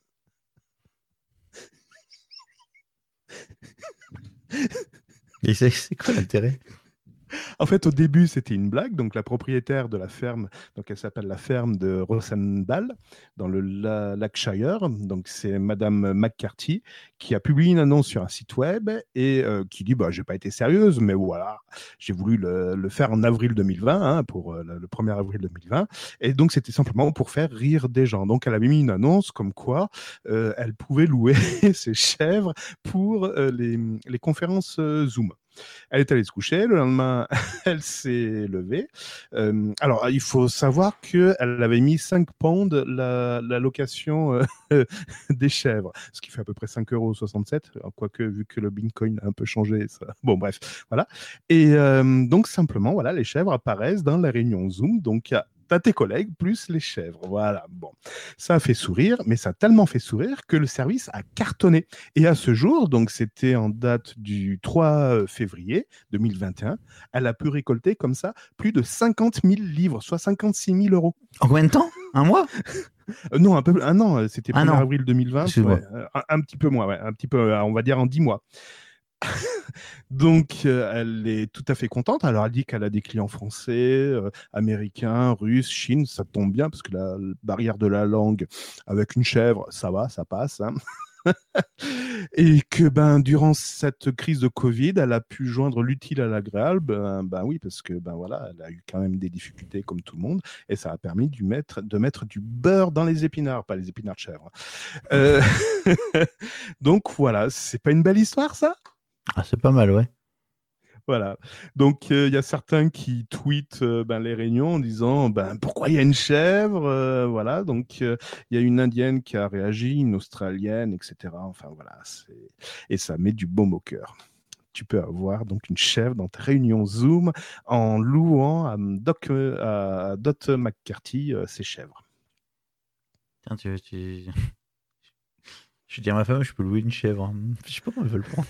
Et c'est c'est quoi l'intérêt? En fait, au début, c'était une blague. Donc, la propriétaire de la ferme, donc elle s'appelle la ferme de Rossendale, dans le La- Lancashire. Donc, c'est Madame McCarthy qui a publié une annonce sur un site web et euh, qui dit bah, j'ai pas été sérieuse, mais voilà, j'ai voulu le, le faire en avril deux mille vingt, hein, pour euh, le premier avril deux mille vingt. Et donc, c'était simplement pour faire rire des gens. Donc, elle avait mis une annonce comme quoi euh, elle pouvait louer ses chèvres pour euh, les, les conférences euh, Zoom. Elle est allée se coucher. Le lendemain, elle s'est levée. Euh, alors, il faut savoir qu'elle avait mis cinq pounds la, la location euh, des chèvres, ce qui fait à peu près cinq euros soixante-sept, quoique vu que le Bitcoin a un peu changé. Ça... Bon, bref, voilà. Et euh, donc, simplement, voilà, les chèvres apparaissent dans la réunion Zoom. Donc, il y a t'as tes collègues plus les chèvres. Voilà, bon. Ça a fait sourire, mais ça a tellement fait sourire que le service a cartonné. Et à ce jour, donc c'était en date du trois février deux mille vingt et un, elle a pu récolter comme ça plus de cinquante mille livres, soit cinquante-six mille euros. En combien de temps? Un mois? Euh, non, un peu, un an, c'était Un premier an. avril deux mille vingt, Excuse-moi. ouais, euh, un, un petit peu moins, ouais, un petit peu, on va dire en dix mois. Donc, euh, elle est tout à fait contente. Alors, elle dit qu'elle a des clients français, euh, américains, russes, Chine. Ça tombe bien parce que la, la barrière de la langue avec une chèvre, ça va, ça passe. Hein. Et que ben durant cette crise de Covid, elle a pu joindre l'utile à l'agréable. Ben, ben oui, parce que ben voilà, elle a eu quand même des difficultés comme tout le monde, et ça a permis de mettre, de mettre du beurre dans les épinards, pas les épinards de chèvre. Euh... Donc voilà, c'est pas une belle histoire ça? Ah, c'est pas mal, ouais. Voilà. Donc, il euh, y a certains qui tweetent euh, ben, les réunions en disant ben, pourquoi il y a une chèvre euh, Voilà. Donc, il euh, y a une Indienne qui a réagi, une Australienne, et cetera. Enfin, voilà. C'est... Et ça met du baume au cœur. Tu peux avoir donc une chèvre dans ta réunion Zoom en louant à, Doc, euh, à Dot McCarthy euh, ses chèvres. Tiens, tu, tu... Je dis à ma femme, je peux louer une chèvre. Je sais pas comment elle veut le prendre.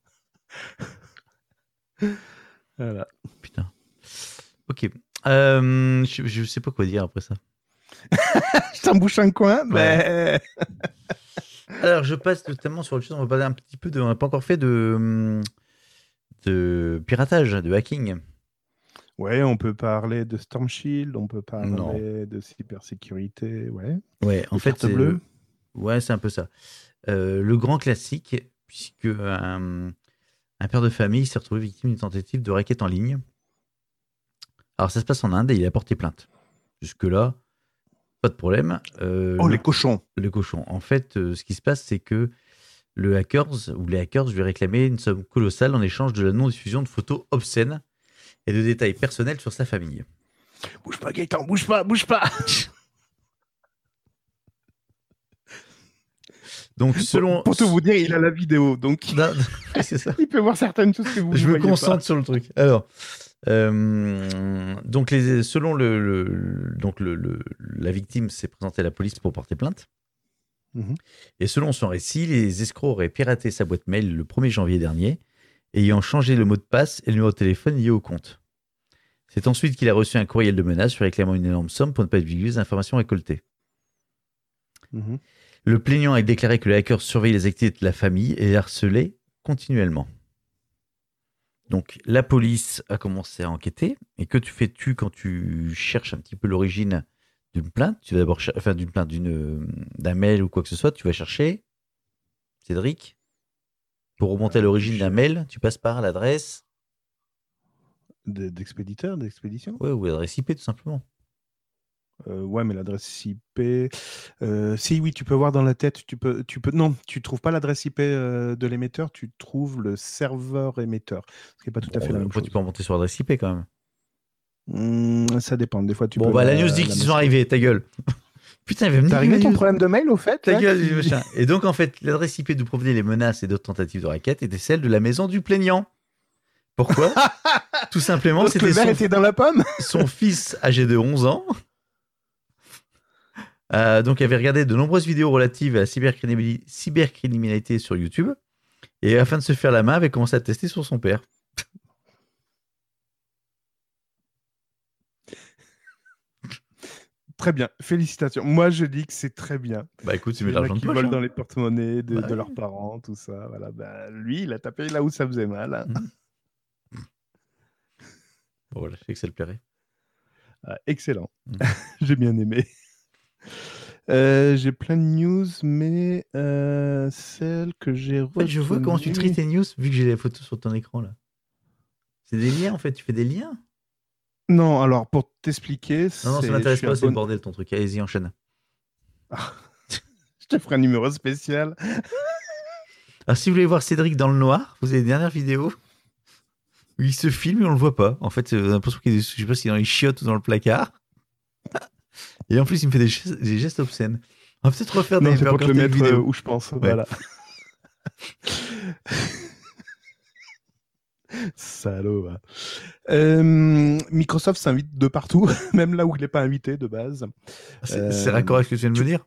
Voilà. Putain. Ok. Euh, je, je sais pas quoi dire après ça. Je t'embouche un coin, Ouais. mais... Alors, je passe notamment sur autre chose. On va parler un petit peu de. On n'a pas encore fait de, de piratage, de hacking. Ouais, on peut parler de Storm Shield, on peut parler Non. de cybersécurité, ouais. Ouais, en Les fait, cartes c'est bleues. le... ouais, c'est un peu ça. Euh, le grand classique, puisque un, un père de famille s'est retrouvé victime d'une tentative de racket en ligne. Alors, ça se passe en Inde et il a porté plainte. Jusque-là, pas de problème. Euh, Oh, le, les cochons. le cochon. En fait, euh, ce qui se passe, c'est que le hackers ou les hackers lui réclamaient une somme colossale en échange de la non-diffusion de photos obscènes et de détails personnels sur sa famille. Bouge pas, Gaëtan, bouge pas, bouge pas. Donc, selon. Pour, pour tout vous dire, il a la vidéo, donc Non, c'est ça. il peut voir certaines choses que vous ne Je me voyez concentre pas. sur le truc. Alors, euh, donc les, selon le, le donc le, le, la victime s'est présentée à la police pour porter plainte. Mm-hmm. Et selon son récit, les escrocs auraient piraté sa boîte mail le premier janvier dernier, ayant changé le mot de passe et le numéro de téléphone lié au compte. C'est ensuite qu'il a reçu un courriel de menace lui réclamant une énorme somme pour ne pas divulguer les informations récoltées. Mm-hmm. Le plaignant a déclaré que les hackers surveillaient les activités de la famille et les harcelaient continuellement. Donc, la police a commencé à enquêter. Et que tu fais-tu quand tu cherches un petit peu l'origine d'une plainte? Tu vas d'abord, cher- enfin, d'une plainte, d'une, d'un mail ou quoi que ce soit. Tu vas chercher, Cédric, pour remonter à l'origine je- d'un mail, tu passes par l'adresse, De- D'expéditeur, d'expédition ouais, ou l'adresse I P tout simplement. euh, Ouais, mais l'adresse I P... Euh, si, oui, tu peux voir dans la tête, tu peux... Tu peux... Non, tu trouves pas l'adresse I P euh, de l'émetteur, tu trouves le serveur émetteur, ce qui n'est pas tout à fait Bon, la même après, chose. tu peux remonter sur l'adresse I P quand même. Mmh, ça dépend, des fois tu Bon, peux... bah, la, la, news dit la qu'ils sont masquer. arrivés, ta gueule. Putain, il va me T'as niquer réglé ma ton news. problème de mail, au fait Ta là, gueule, qui- machin. Et donc, en fait, l'adresse I P d'où provenaient les menaces et d'autres tentatives de racket était celle de la maison du plaignant. Pourquoi? Tout simplement, Donc, c'était le verre son, était dans la pomme. son fils âgé de onze ans. Euh, donc, il avait regardé de nombreuses vidéos relatives à la cybercriminali- cybercriminalité sur YouTube. Et afin de se faire la main, avait commencé à tester sur son père. Très bien, félicitations. Moi, je dis que c'est très bien. Bah écoute, tu mets Il de y en a l'argent de qui poche. volent Hein. dans les porte-monnaies de, Bah de oui. leurs parents, tout ça. Voilà. Bah, lui, il a tapé là où ça faisait mal. Hein. Mmh. Bon, voilà, je sais que ça le plairait. Ah, excellent. Mmh. J'ai bien aimé. Euh, j'ai plein de news, mais euh, celle que j'ai En fait, je vois comment tu tries tes news, vu que j'ai les photos sur ton écran là. C'est des liens en fait, tu fais des liens. Non, alors pour t'expliquer, Non, non, ça c'est- m'intéresse je suis pas, un c'est le bon- bordel ton truc. Allez-y, enchaîne. Je te ferai un numéro spécial. Alors, si vous voulez voir Cédric dans le noir, vous avez les dernières vidéos où il se filme et on le voit pas. En fait, j'ai l'impression qu'il est, je sais pas s'il est dans les chiottes ou dans le placard. Et en plus, il me fait des gestes, des gestes obscènes. On va peut-être refaire Non, des c'est pour te le mettre vidéos. euh, où je pense. Voilà. Salaud. Va. Euh, Microsoft s'invite de partout, même là où il n'est pas invité de base. C'est Euh, c'est raccord avec ce que tu viens de me dire.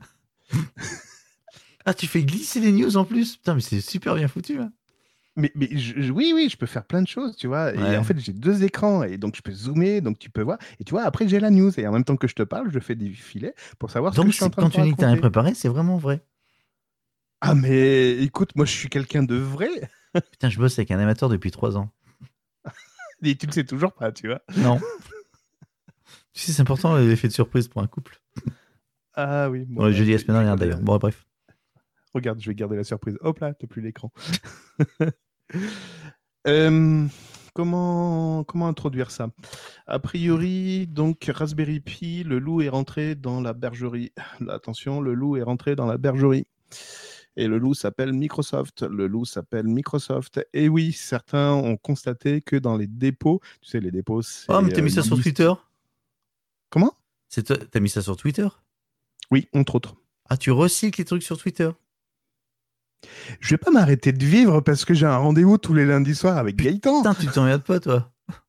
Ah, tu fais glisser les news en plus. Putain, mais c'est super bien foutu. Hein. Mais, mais je- je- oui, oui, je peux faire plein de choses, tu vois. Ouais. Et en fait, j'ai deux écrans, et donc je peux zoomer, donc tu peux voir. Et tu vois, après, j'ai la news. Et en même temps que je te parle, je fais des filets pour savoir ce que Donc, je suis en c'est- train quand de te tu dis que t'as rien raconter. préparé, c'est vraiment vrai. Ah, mais écoute, moi, je suis quelqu'un de vrai. Putain, je bosse avec un amateur depuis trois ans. Et tu le sais toujours pas, tu vois. Non. Tu sais, c'est important l'effet de surprise pour un couple. Ah oui. Bon, Ouais, bah, je dis la je- semaine je- dernière d'ailleurs. Bon, bref. Regarde, je vais garder la surprise. Hop là, t'as plus l'écran. Euh, comment, comment introduire ça? A priori, donc, Raspberry Pi, le loup est rentré dans la bergerie. Là, attention, le loup est rentré dans la bergerie. Et le loup s'appelle Microsoft. Le loup s'appelle Microsoft. Et oui, certains ont constaté que dans les dépôts, tu sais, les dépôts, c'est... Oh, mais t'as euh, mis ça sur liste- Twitter? Comment? C'est toi- T'as mis ça sur Twitter? Oui, entre autres. Ah, tu recycles les trucs sur Twitter? Je vais pas m'arrêter de vivre parce que j'ai un rendez-vous tous les lundis soirs avec Gaëtan. Putain, tu t'emmerdes pas, toi.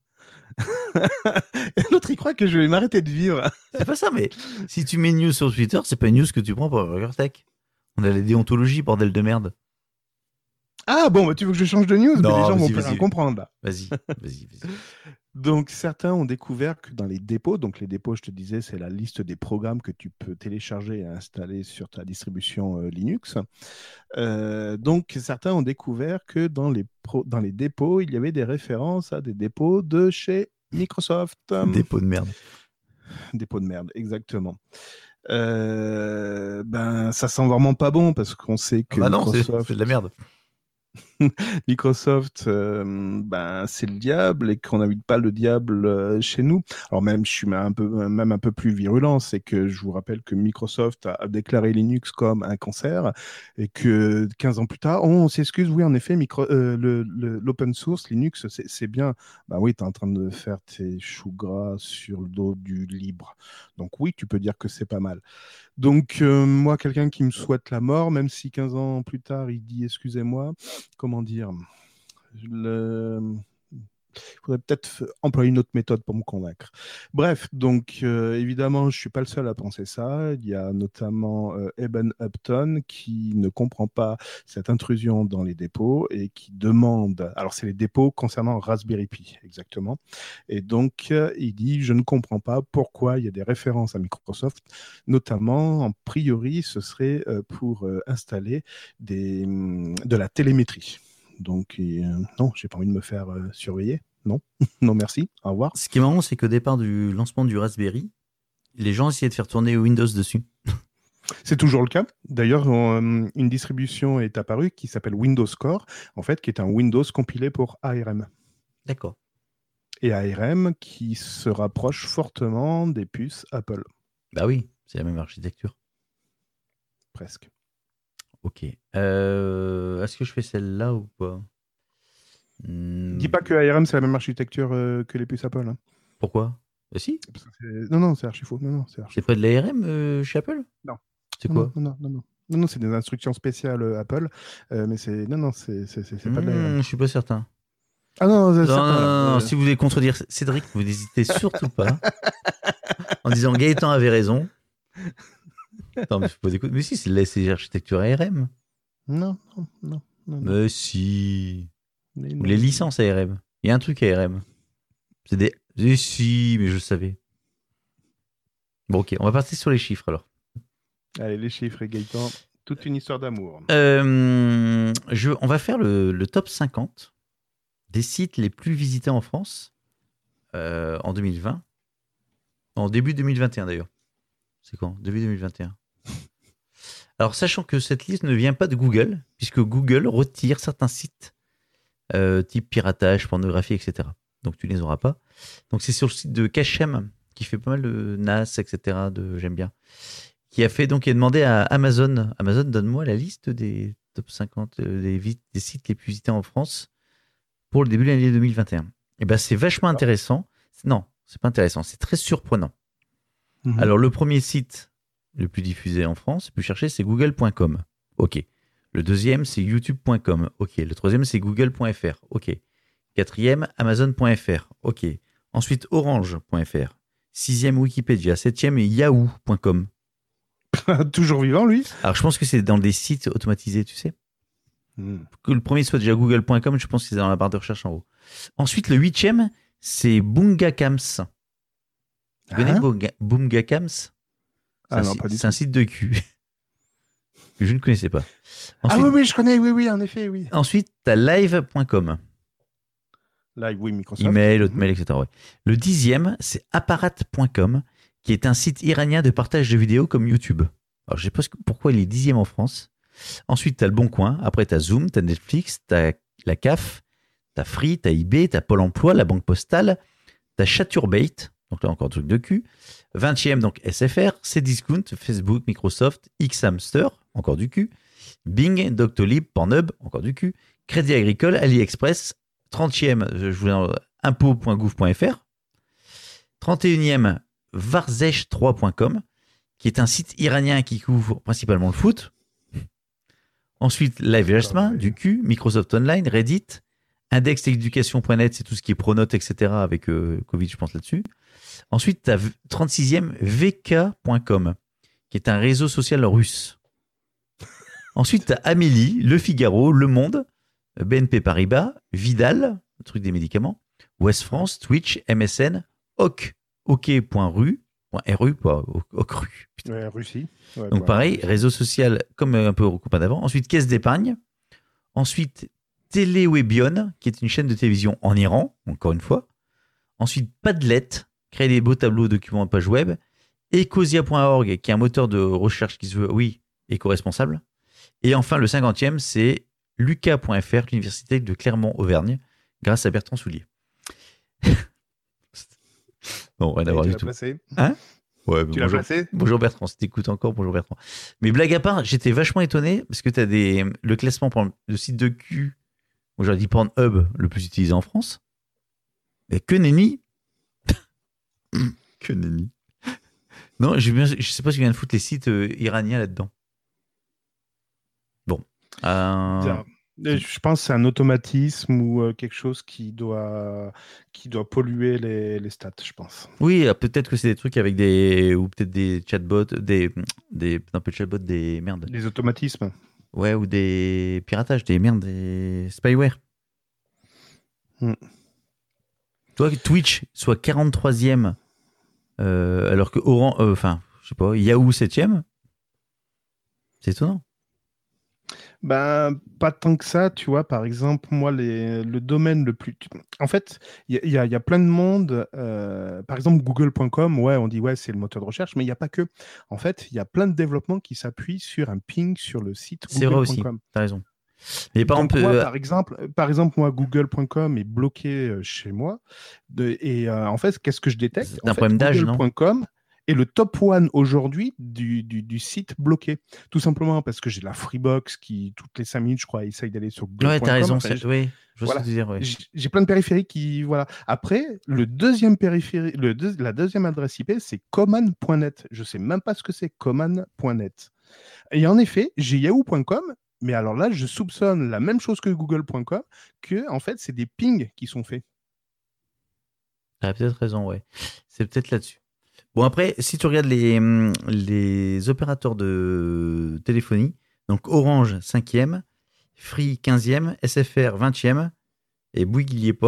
Et l'autre, il croit que je vais m'arrêter de vivre. C'est pas ça, mais si tu mets une news sur Twitter, c'est pas une news que tu prends pour Burger Tech. On a la déontologie, bordel de merde. Ah bon, bah, tu veux que je change de news? Non, Mais les gens vas-y, vont plus vas-y. rien comprendre là. Vas-y, vas-y, vas-y. Donc, certains ont découvert que dans les dépôts, donc les dépôts, je te disais, c'est la liste des programmes que tu peux télécharger et installer sur ta distribution euh, Linux. Euh, donc, certains ont découvert que dans les, pro- dans les dépôts, il y avait des références à des dépôts de chez Microsoft. Dépôt de merde. Dépôts de merde, exactement. Euh, ben, ça sent vraiment pas bon parce qu'on sait que Ah bah non, c'est, Microsoft, c'est de la merde. Microsoft, euh, ben c'est le diable et qu'on n'invite pas le diable euh, chez nous. Alors même, je suis même un peu, même un peu plus virulent, c'est que je vous rappelle que Microsoft a, a déclaré Linux comme un cancer et que quinze ans plus tard, oh, on s'excuse, oui en effet, micro, euh, le, le, l'open source Linux c'est, c'est bien. Ben oui, t'es en train de faire tes choux gras sur le dos du libre. Donc oui, tu peux dire que c'est pas mal. Donc, euh, moi, quelqu'un qui me souhaite la mort, même si quinze ans plus tard, il dit excusez-moi, comment dire, le... il faudrait peut-être f- employer une autre méthode pour me convaincre. Bref, donc euh, évidemment, je suis pas le seul à penser ça. Il y a notamment euh, Eben Upton qui ne comprend pas cette intrusion dans les dépôts et qui demande. Alors, c'est les dépôts concernant Raspberry Pi, exactement. Et donc, euh, il dit je ne comprends pas pourquoi il y a des références à Microsoft, notamment en priori, ce serait euh, pour euh, installer des, hum, de la télémétrie. Donc, euh, non, j'ai pas envie de me faire euh, surveiller. Non, non, merci. Au revoir. Ce qui est marrant, c'est qu'au départ du lancement du Raspberry, les gens essayaient de faire tourner Windows dessus. C'est toujours le cas. D'ailleurs, on, euh, une distribution est apparue qui s'appelle Windows Core, en fait, qui est un Windows compilé pour A R M. D'accord. Et A R M qui se rapproche fortement des puces Apple, Bah oui, c'est la même architecture. presque. Ok. Euh, est-ce que je fais celle-là ou pas? Hmm, Dis pas que A R M c'est la même architecture euh, que les puces Apple. Hein. Pourquoi? Bah si, Parce que c'est- Non, non, c'est archi faux. Non, non, c'est archi c'est faux. pas de l'A R M euh, chez Apple? Non. C'est Non, quoi? non, non, non, non. Non, non, c'est des instructions spéciales euh, Apple, euh, mais c'est non, non, c'est c'est c'est- c'est pas de l'A R M. Hmm, je suis pas certain. Ah non, c'est Non, non, certain là. non, non, Euh, si vous voulez contredire Cédric, vous n'hésitez surtout pas en disant Gaëtan avait raison. Attends, mais, je pose écoute. Mais si, c'est la- c'est l'architecture A R M. Non, non, non, non, non. Mais si. Mais Ou non. les licences A R M. Il y a un truc A R M. C'est des. Mais si, mais je savais. Bon, ok, on va partir sur les chiffres alors. Allez, les chiffres et Gaëtan, toute une histoire d'amour. Euh, je, on va faire le, le top cinquante des sites les plus visités en France euh, en deux mille vingt. En début deux mille vingt et un d'ailleurs. C'est quand? Début deux mille vingt et un. Alors, sachant que cette liste ne vient pas de Google, puisque Google retire certains sites euh, type piratage, pornographie, et cetera. Donc, tu ne les auras pas. Donc, c'est sur le site de Cachem, qui fait pas mal de N A S, et cetera, de j'aime bien, qui a fait, donc, qui a demandé à Amazon, Amazon, donne-moi la liste des top cinquante euh, des, vi- des sites les plus visités en France pour le début de l'année deux mille vingt et un. Et ben, c'est vachement intéressant. Non, c'est pas intéressant, c'est très surprenant. Mhm. Alors, le premier site le plus diffusé en France, plus cherché, c'est google point com. OK. Le deuxième, c'est youtube point com. OK. Le troisième, c'est google point f r. OK. Quatrième, amazon point f r. OK. Ensuite, orange point f r. Sixième, Wikipédia. Septième, yahoo point com. Toujours vivant, lui. Alors, je pense que c'est dans des sites automatisés, tu sais. Hmm. Que le premier soit déjà google point com, je pense que c'est dans la barre de recherche en haut. Ensuite, le huitième, c'est Boongacams. Tu connais Hein Boonga- Boongacams? C'est Ah un, non, si- pas du c'est tout. un site de cul. Que je ne connaissais pas. Ah Ensuite, oui, oui, je connais, oui, oui, en effet, oui. ensuite tu as live point com. Live, oui, Microsoft. Email, Mhm. hotmail, et cetera. Ouais. Le dixième, c'est apparat point com, qui est un site iranien de partage de vidéos comme YouTube. Alors, je sais pas ce que- pourquoi il est dixième en France. Ensuite, tu as Le Bon Coin. Après, tu as Zoom, tu as Netflix, tu as la C A F, tu as Free, tu as eBay, tu as Pôle emploi, la Banque Postale, tu as Chaturbate. Donc là, encore un truc de cul. vingtième, donc S F R, Cdiscount, Facebook, Microsoft, Xhamster, encore du cul. Bing, Doctolib, Pornhub, encore du cul. Crédit Agricole, AliExpress. trentième, je voulais impôt point gouv point f r. trente et unième, varzesh trois point com, qui est un site iranien qui couvre principalement le foot. Ensuite, Live Jasmin, ouais. du cul, Microsoft Online, Reddit, index éducation point net, c'est tout ce qui est pronote, et cetera, avec euh, Covid, je pense, là-dessus. Ensuite, tu as trente-sixième, v k point com, qui est un réseau social russe. Ensuite, tu as Amélie, Le Figaro, Le Monde, B N P Paribas, Vidal, le truc des médicaments, Ouest France, Twitch, M S N, ok, ok.ru, .ru, pas ocru. Ouais, Russie. Ouais, Donc bah, pareil, réseau social comme un peu au copain d'avant. Ensuite, caisse d'épargne. Ensuite, Téléwebion, qui est une chaîne de télévision en Iran, encore une fois. Ensuite, Padlet, créer des beaux tableaux, documents en page web. Ecosia point org, qui est un moteur de recherche qui se veut, oui, éco-responsable. Et enfin, le cinquantième, c'est lucas point f r, l'université de Clermont-Auvergne, grâce à Bertrand Soulier. Bon, rien à voir tu du l'as tout. placé Hein Ouais, Tu l'as bonjour, placé bonjour Bertrand, si t'écoutes encore, bonjour Bertrand. Mais blague à part, j'étais vachement étonné parce que t'as des, le classement, par exemple, le site de cul, où j'aurais dit Pornhub, le plus utilisé en France. Mais que nenni Que nenni Non, j'ai bien, je sais pas si je viens de foutre les sites euh, iraniens là-dedans. Bon. Euh, Je pense que c'est un automatisme ou euh, quelque chose qui doit, qui doit polluer les, les stats, je pense. oui, peut-être que c'est des trucs avec des, ou peut-être des chatbots, des, des, un peu de chatbots, des merdes. Les automatismes. Ouais, ou des piratages, des merdes, des spyware. Hmm. Toi, Twitch soit quarante-troisième, euh, alors que Orange, euh, enfin, je sais pas, Yahoo septième, c'est étonnant. Ben, pas tant que ça, tu vois. Par exemple, moi, les, le domaine le plus. En fait, il y, y, a, y a plein de monde. Euh, par exemple, google point com, ouais, on dit ouais, c'est le moteur de recherche, mais il n'y a pas que. En fait, il y a plein de développements qui s'appuient sur un ping sur le site C'est vrai google point aussi, com. t'as raison. Mais par Donc, exemple, moi, euh, par exemple, par exemple, moi, google point com est bloqué euh, chez moi. De, et euh, en fait, qu'est-ce que je détecte? c'est En un fait, problème d'âge, google non? point com est le top one aujourd'hui du, du, du site bloqué. Tout simplement parce que j'ai la Freebox qui, toutes les cinq minutes, je crois, essaye d'aller sur google Ouais, point t'as com. raison. Enfin, C'est... Oui, je vois ce que voilà. tu veux dire. Ouais. J'ai j'ai plein de périphériques qui. Voilà. Après, le deuxième périphérique, le deux, la deuxième adresse I P, c'est common point net. Je ne sais même pas ce que c'est common point net. Et en effet, j'ai yahoo point com, mais alors là, je soupçonne la même chose que google point com, que en fait, c'est des pings qui sont faits. T'as peut-être raison, ouais. C'est peut-être là-dessus. Bon, après, si tu regardes les, les opérateurs de téléphonie, donc Orange cinquième, Free quinzième, S F R vingtième, et Bouygues, il n'y est pas.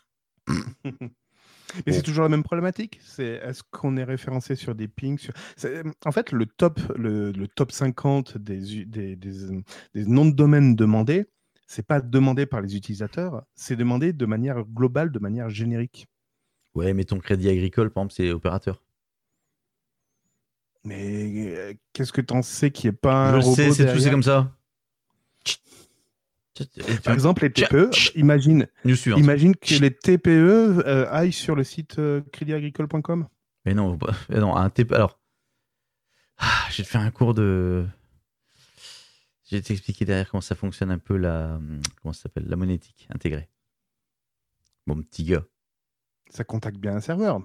Mais Bon. c'est toujours la même problématique. C'est est-ce qu'on est référencé sur des pings sur... En fait, le top, le, le top cinquante des, des, des, des noms de domaine demandés, c'est pas demandé par les utilisateurs, c'est demandé de manière globale, de manière générique. Ouais, mais ton crédit agricole, par exemple, c'est opérateur. Mais euh, qu'est-ce que t'en sais qu'il n'y ait pas Je un le sais, robot c'est tout, c'est derrière? comme ça. Par exemple, les T P E, imagine, imagine que les T P E euh, aillent sur le site euh, crédit agricole point com. Mais non, mais non, un T P E. Alors, ah, je vais te faire un cours de. Je vais t'expliquer derrière comment ça fonctionne un peu la. Comment ça s'appelle? La monétique intégrée. Bon, petit gars. Ça contacte bien un serveur.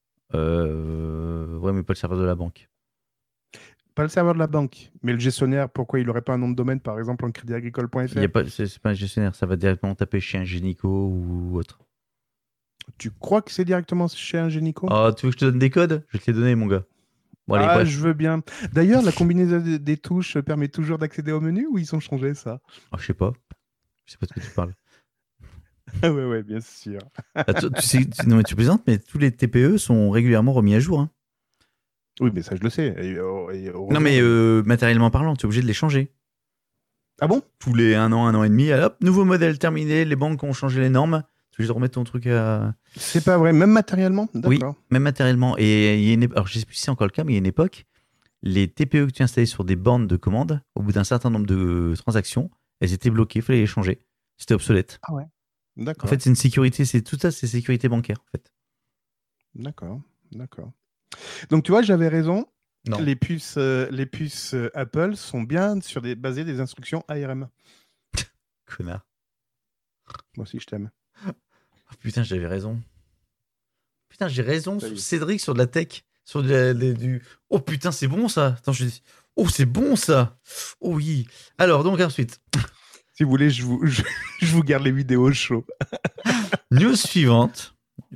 Euh... Ouais, mais pas le serveur de la banque. Pas le serveur de la banque, mais le gestionnaire, pourquoi il n'aurait pas un nom de domaine, par exemple, en crédit agricole point f r? Pas... C'est, c'est pas un gestionnaire, ça va directement taper chez un Génico ou autre. Tu crois que c'est directement chez un Génico? Oh, tu veux que je te donne des codes? Je vais te les donner, mon gars. Bon, allez, ah, bref. je veux bien. D'ailleurs, la combinaison des, des touches permet toujours d'accéder au menu ou ils ont changé ça? Oh, je sais pas. Je sais pas de quoi tu parles. Ah ouais, ouais, bien sûr. Ah, tu, tu sais, tu, non, mais tu plaisantes, mais tous les T P E sont régulièrement remis à jour. Hein. Oui, mais ça, je le sais. Et, et non, mais euh, matériellement parlant, tu es obligé de les changer. Ah bon? Tous les un an, un an et demi, hop, nouveau modèle terminé, les banques ont changé les normes. Tu es obligé de remettre ton truc à... C'est pas vrai, même matériellement? Oui, D'accord. même matériellement. Et il y a une... Alors, je sais plus si c'est encore le cas, mais il y a une époque, les T P E que tu installais sur des bornes de commande, au bout d'un certain nombre de transactions, elles étaient bloquées, il fallait les changer. C'était obsolète. Ah ouais. D'accord. En fait, c'est une sécurité, c'est tout ça, c'est sécurité bancaire, en fait. D'accord, d'accord. Donc, tu vois, j'avais raison. Non. Les puces, euh, les puces euh, Apple sont bien sur des, basées des instructions A R M. Connard. Moi aussi, je t'aime. Oh, putain, j'avais raison. Putain, j'ai raison sur Cédric sur de la tech. Sur de la, de, du... Oh putain, c'est bon ça. Attends, je... Oh, c'est bon ça. Oh oui. Alors, donc ensuite. Si vous voulez, je vous, je, je vous garde les vidéos chauds. News suivante.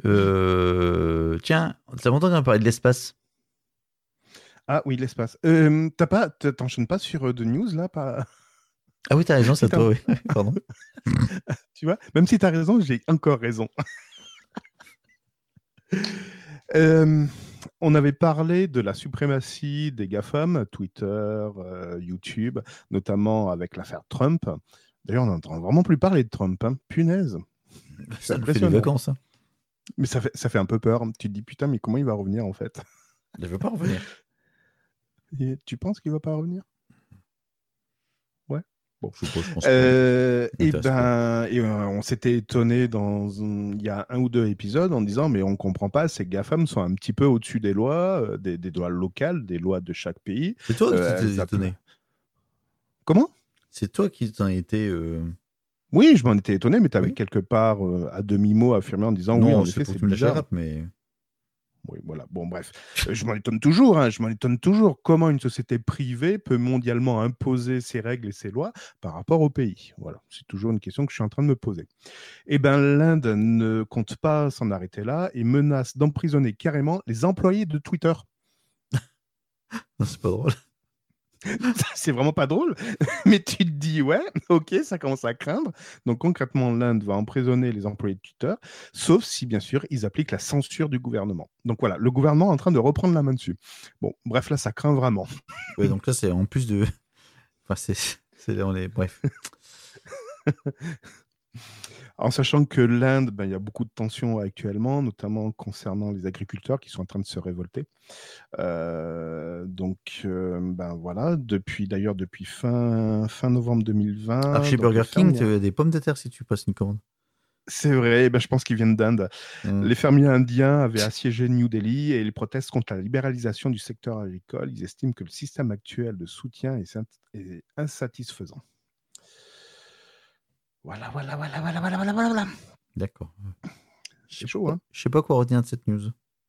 Euh... Tiens, ça longtemps qu'on a parlé de l'espace. Ah oui, l'espace. Euh, t'as pas, t'enchaînes pas sur euh, de news là pas... Ah oui, t'as raison, si c'est toi, oui. Pardon. Tu vois, même si t'as raison, j'ai encore raison. Euh, on avait parlé de la suprématie des GAFAM, Twitter, euh, YouTube, notamment avec l'affaire Trump. D'ailleurs, on n'entend vraiment plus parler de Trump. Hein. Punaise. C'est Ça nous fait des impressionnant. vacances. Hein. Mais ça fait, ça fait un peu peur. Tu te dis, putain, mais comment il va revenir en fait? Je veux pas revenir. Et tu penses qu'il va pas revenir? Ouais. Bon. Je, sais pas, je pense Euh, que et ben, et, euh, on s'était étonné dans un- il y a un ou deux épisodes en disant, mais on comprend pas, ces GAFAM sont un petit peu au-dessus des lois, euh, des, des lois locales, des lois de chaque pays. c'est toi Euh, qui t'es elles étonné. appellent- Comment? C'est toi qui t'en étais. Euh... Oui, je m'en étais étonné, mais tu avais Oui. quelque part euh, à demi-mot affirmé en disant, non, oui, en c'est effet, pour c'est que tu me lâches bizarre. la rap, mais. Oui, voilà. Bon, bref. Euh, je m'en étonne toujours. Hein, je m'en étonne toujours. Comment une société privée peut mondialement imposer ses règles et ses lois par rapport au pays? Voilà. C'est toujours une question que je suis en train de me poser. Eh bien, l'Inde ne compte pas s'en arrêter là et menace d'emprisonner carrément les employés de Twitter. Non, c'est pas drôle. C'est vraiment pas drôle, mais tu te dis, ouais, ok, ça commence à craindre. Donc concrètement, l'Inde va emprisonner les employés de Twitter, sauf si, bien sûr, ils appliquent la censure du gouvernement. Donc voilà, le gouvernement est en train de reprendre la main dessus. Bon, bref, là, ça craint vraiment. Ouais, donc là, c'est en plus de. Enfin, c'est. c'est on est... Bref. En sachant que l'Inde, ben, il y a beaucoup de tensions actuellement, notamment concernant les agriculteurs qui sont en train de se révolter. Euh, donc, euh, ben voilà, depuis d'ailleurs depuis fin, fin novembre deux mille vingt. Alors, chez donc, Burger les King, fermiers- tu as des pommes de terre si tu passes une commande. C'est vrai, ben, je pense qu'ils viennent d'Inde. Mm. Les fermiers indiens avaient assiégé New Delhi et ils protestent contre la libéralisation du secteur agricole. Ils estiment que le système actuel de soutien est, sint- est insatisfaisant. Voilà, voilà, voilà, voilà, voilà, voilà, voilà. D'accord. C'est chaud, hein. Je sais pas quoi retenir de cette news.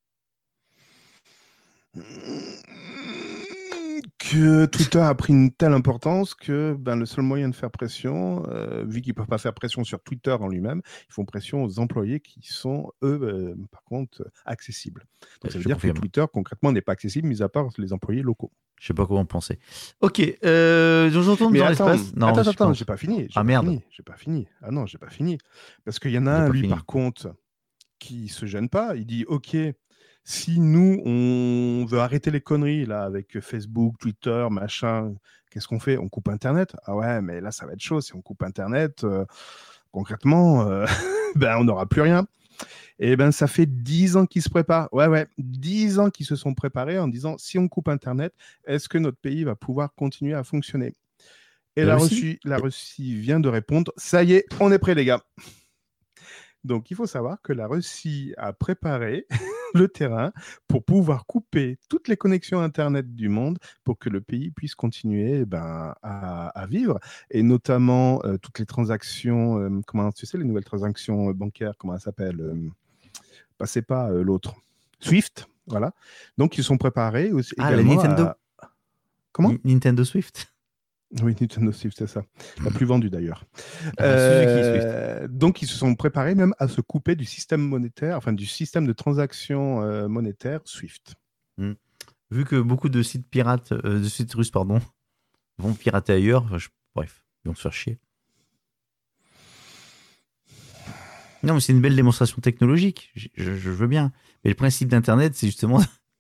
Que Twitter a pris une telle importance que ben, le seul moyen de faire pression, euh, vu qu'ils ne peuvent pas faire pression sur Twitter en lui-même, ils font pression aux employés qui sont, eux, euh, par contre, accessibles. Donc ça veut Je dire confirme. que Twitter, concrètement, n'est pas accessible, mis à part les employés locaux. Je sais pas comment penser. Ok, euh, donc je retourne Mais dans attends, l'espace. Non, attends, je attends, pense- j'ai pas fini. J'ai Ah pas merde. fini, J'ai pas fini. Ah non, j'ai pas fini. Parce qu'il y en a J'ai un, pas lui, fini. par contre, qui se gêne pas. Il dit, OK, si nous, on veut arrêter les conneries, là, avec Facebook, Twitter, machin, qu'est-ce qu'on fait? On coupe Internet? Ah ouais, mais là, ça va être chaud. Si on coupe Internet, euh, concrètement, euh, ben, on n'aura plus rien. Et ben, ça fait dix ans qu'ils se préparent. Ouais, ouais, dix ans qu'ils se sont préparés en disant, si on coupe Internet, est-ce que notre pays va pouvoir continuer à fonctionner? Et La la Russie Russie, la Russie vient de répondre, ça y est, on est prêt, les gars. Donc, il faut savoir que la Russie a préparé le terrain pour pouvoir couper toutes les connexions Internet du monde pour que le pays puisse continuer ben, à, à vivre. Et notamment, euh, toutes les transactions, euh, comment tu sais, les nouvelles transactions bancaires, comment ça s'appelle euh, Passez pas euh, l'autre. Swift, voilà. Donc, ils sont préparés aussi Ah, la également Nintendo. à... Comment Ni- Nintendo Swift. Oui, Nintendo Swift, c'est ça. La plus vendue d'ailleurs. Ah, Suzuki Swift. Euh, donc, ils se sont préparés même à se couper du système monétaire, enfin du système de transaction euh, monétaire Swift. Mm. Vu que beaucoup de sites pirates, euh, de sites russes, pardon, vont pirater ailleurs, enfin, je- bref, ils vont se faire chier. Non, mais c'est une belle démonstration technologique. Je, je- je veux bien. Mais le principe d'Internet, c'est justement.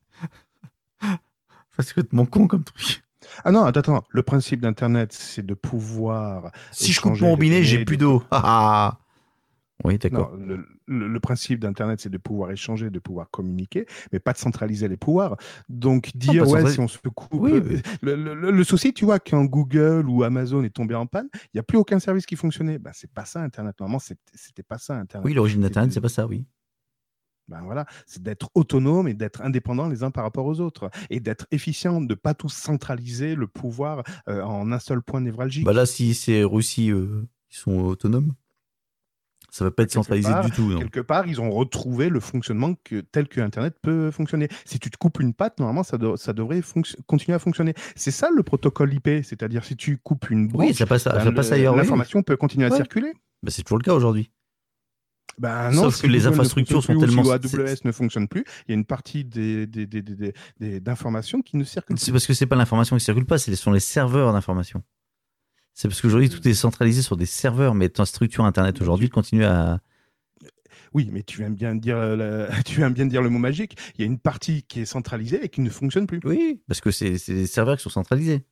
C'est complètement con comme truc. Ah non, attends, attends. Le principe d'Internet, c'est de pouvoir. Si je coupe échanger mon les robinet, données, j'ai plus de- d'eau. Ah, ah. Oui, Non, d'accord. le, le- le principe d'Internet, c'est de pouvoir échanger, de pouvoir communiquer, mais pas de centraliser les pouvoirs. Donc, dire, pas ouais, centraliser- si on se coupe. Oui, euh, mais- le, le- le- le souci, tu vois, quand Google ou Amazon est tombé en panne, il n'y a plus aucun service qui fonctionnait. Ben, c'est pas ça, Internet. Normalement, c'est- c'était pas ça, Internet. Oui, l'origine d'Internet, C'était- c'est pas ça, oui. Ben voilà, c'est d'être autonome et d'être indépendant les uns par rapport aux autres et d'être efficient, de pas tout centraliser le pouvoir euh, en un seul point névralgique. Bah là, si c'est Russie, euh, ils sont autonomes, ça va pas être Quelque centralisé part- du tout. Non. Quelque part, ils ont retrouvé le fonctionnement que, tel que Internet peut fonctionner. Si tu te coupes une patte, normalement, ça, do- ça devrait fonc- continuer à fonctionner. C'est ça le protocole I P, c'est-à-dire si tu coupes une branche, Oui, ça passe, ben, ça passe le- ailleurs. oui. l'information peut continuer à Ouais. circuler. Bah, c'est toujours le cas aujourd'hui. Ben non, Sauf si que les Google ne infrastructures fonctionne sont plus, tellement- ou si A W S ne fonctionne plus, il y a une partie des, des, des, des, des- des- d'informations qui ne circulent C'est plus. parce que c'est pas l'information qui circule pas, ce sont les serveurs d'information. C'est parce qu'aujourd'hui tout est centralisé sur des serveurs, mais ta structure Internet aujourd'hui continue à. Oui, mais tu viens bien de dire, euh, la- tu viens bien de dire le mot magique. Il y a une partie qui est centralisée et qui ne fonctionne plus. Oui, parce que c'est c'est des serveurs qui sont centralisés.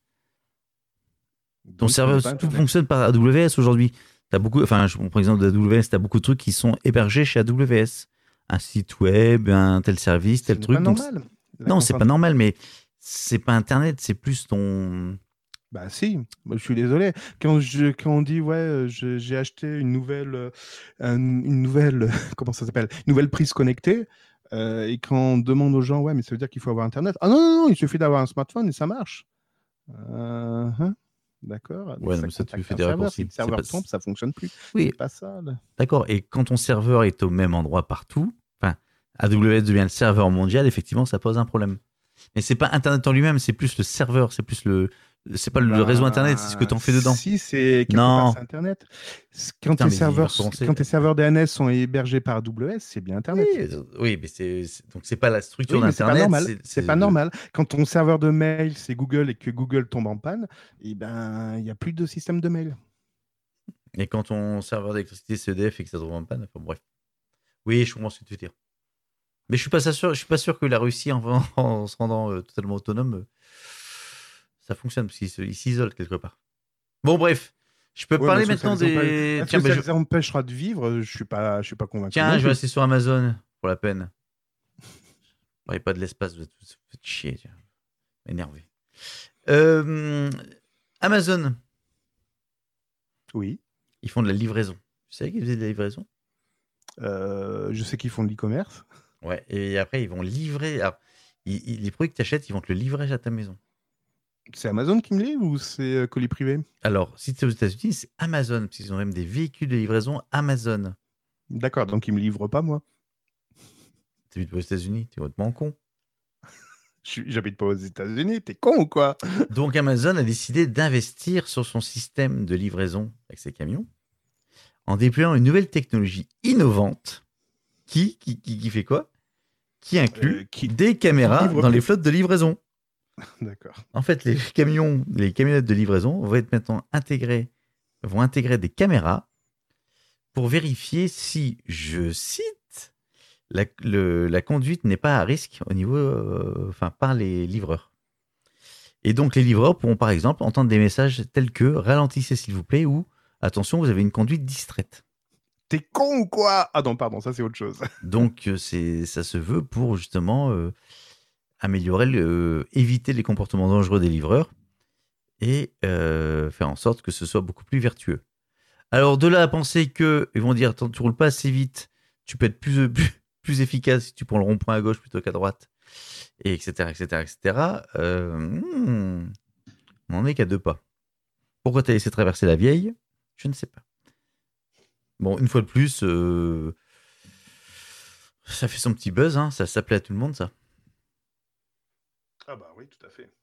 Ton Donc, ce n'est serveur, pas tout Internet. fonctionne par A W S aujourd'hui. T'as beaucoup, enfin, je prends par exemple de A W S, tu as beaucoup de trucs qui sont hébergés chez A W S. Un site web, un tel service, Ce tel n'est pas truc. Donc, normal. La non, c'est pas concentration. normal, mais c'est pas Internet, c'est plus ton. Bah si, moi, je suis désolé. Quand, je, quand on dit, ouais, euh, je- j'ai acheté une nouvelle, euh, un- une nouvelle, comment ça s'appelle, une nouvelle prise connectée, euh, et quand on demande aux gens, ouais, mais ça veut dire qu'il faut avoir Internet. Ah non, non, non, il suffit d'avoir un smartphone et ça marche. Euh, hein, d'accord, mais Ouais, non, ça mais ça, tu contacte fais un des serveur. Si raccourcis. le C'est pas. serveur tombe, ça fonctionne plus. Oui, C'est pas ça, là. d'accord. Et quand ton serveur est au même endroit partout, enfin, A W S devient le serveur mondial, effectivement, ça pose un problème. Mais c'est pas Internet en lui-même, c'est plus le serveur, c'est plus le. C'est pas le réseau Internet, c'est ce que Ben, tu en fais dedans. si, c'est quelque part, Non. c'est Internet. Quand Putain, tes mais il va serveurs, recommencer. quand tes serveurs D N S sont hébergés par A W S, c'est bien Oui, Internet. euh, oui, mais c'est c'est- donc c'est pas la structure Oui, mais c'est pas d'Internet, normal. c'est C'est c'est pas le. normal. Quand ton serveur de mail, c'est Google et que Google tombe en panne, eh ben, il n'y a plus de système de mail. Et quand ton serveur d'électricité c'est E D F et que ça se trouve en panne, enfin bref. Oui, je comprends ce que tu veux dire. Mais je suis pas ça sûr, je suis pas sûr que la Russie, en, en se rendant euh, totalement autonome, euh, ça fonctionne parce qu'ils se- ils s'isolent quelque part. Bon, bref, je peux Ouais, mais parler est-ce que ça maintenant les empêche... des. est-ce Tiens, que ben, ça je... les empêchera de vivre? Je suis pas, je suis pas convaincu Tiens, non je vais plus. rester sur Amazon pour la peine. Parlez pas de l'espace, vous êtes vous faites chier, tiens. M'énerver. Euh, Amazon, Oui. ils font de la livraison. Tu savais qu'ils faisaient de la livraison? Euh, je sais qu'ils font de l'e-commerce. Ouais, et après, ils vont livrer. Alors, ils- ils- les produits que tu achètes, ils vont te le livrer à ta maison. C'est Amazon qui me livre ou c'est euh, colis privé? Alors, si tu es aux États-Unis, c'est Amazon, parce qu'ils ont même des véhicules de livraison Amazon. D'accord, donc ils me livrent pas moi. Tu habites pas aux États-Unis, t'es complètement con. Je suis- J'habite pas aux États-Unis, t'es con ou quoi? Donc, Amazon a décidé d'investir sur son système de livraison avec ses camions en déployant une nouvelle technologie innovante qui, qui, qui, qui fait quoi? Qui inclut Euh, qui... des qui caméras livre dans les plus. flottes de livraison. D'accord. En fait, les camions, les camionnettes de livraison vont être maintenant intégrés, vont intégrer des caméras pour vérifier si, je cite, la, le- la conduite n'est pas à risque au niveau, euh, enfin, par les livreurs. Et donc, les livreurs pourront, par exemple, entendre des messages tels que ralentissez s'il vous plaît ou attention, vous avez une conduite distraite. T'es con ou quoi? Ah non, pardon, ça c'est autre chose. Donc, euh, c'est, ça se veut pour justement euh, améliorer, le, euh, éviter les comportements dangereux des livreurs et euh, faire en sorte que ce soit beaucoup plus vertueux. Alors, de là à penser que ils vont dire, attends, tu roules pas assez vite, tu peux être plus, plus, plus efficace si tu prends le rond-point à gauche plutôt qu'à droite, et etc., etc., et cetera. Euh, hmm, on n'en est qu'à deux pas. Pourquoi t'as laissé traverser la vieille? Je ne sais pas. Bon, une fois de plus, euh, ça fait son petit buzz, hein, ça, ça plaît à tout le monde, ça. Ah bah oui, tout à fait.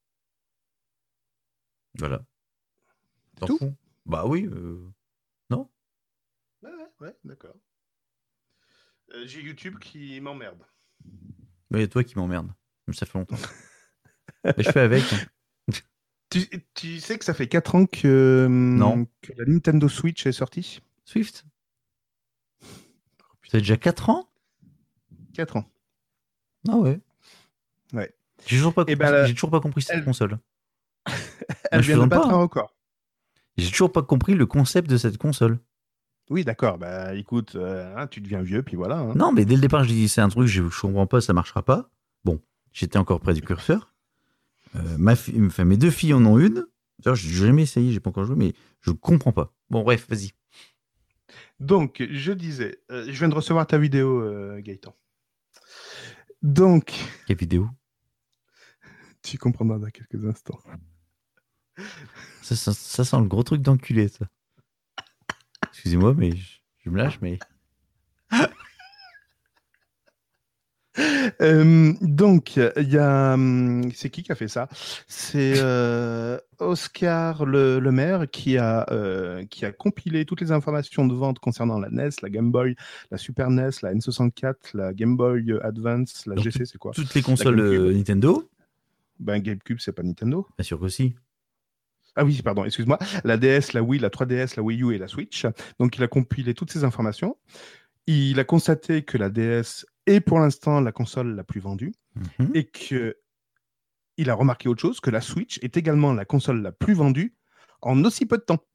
Voilà. T'en Tout? fous? Bah oui, euh, non? Ouais, ouais, ouais, d'accord. Euh, j'ai YouTube qui m'emmerde. Mais il y a toi qui m'emmerde. Ça fait longtemps. Mais je fais avec. Hein. Tu, tu sais que ça fait quatre ans que, Non. hum, que la Nintendo Switch est sortie? Swift? Ça fait déjà quatre ans? quatre ans. Ah ouais. Ouais. J'ai toujours pas Et compris, ben, la- j'ai toujours pas compris cette elle- console. Elle Moi, je vient de plaisante battre pas, un hein. record. J'ai toujours pas compris le concept de cette console. Oui, d'accord. Bah écoute, euh, hein, tu deviens vieux, puis voilà. Hein. Non, mais dès le départ, je dis c'est un truc, je, je comprends pas, ça marchera pas. Bon, j'étais encore près du curseur. Euh, ma fi- enfin, mes deux filles en ont une. D'ailleurs, j'ai jamais essayé, j'ai pas encore joué, mais je comprends pas. Bon, bref, vas-y. Donc, je disais, euh, je viens de recevoir ta vidéo, euh, Gaëtan. Donc, Quelle vidéo? tu comprendras dans quelques instants. Ça, ça, ça sent le gros truc d'enculé, ça. Excusez-moi, mais je, je me lâche, mais. Euh, donc, il y a. hum, C'est qui qui a fait ça? C'est euh, Oscar le, le maire qui a, euh, qui a compilé toutes les informations de vente concernant la N E S, la Game Boy, la Super N E S, la N soixante-quatre, la Game Boy Advance, la Donc, G tout- C, c'est quoi? toutes les consoles GameCube. euh, Nintendo? Ben, GameCube, c'est pas Nintendo. Bien sûr que si. Ah oui, pardon, excuse-moi. La D S, la Wii, la trois D S, la Wii U et la Switch. Donc, il a compilé toutes ces informations. il a constaté que la D S est pour l'instant la console la plus vendue Mhm. et que il a remarqué autre chose, que la Switch est également la console la plus vendue en aussi peu de temps.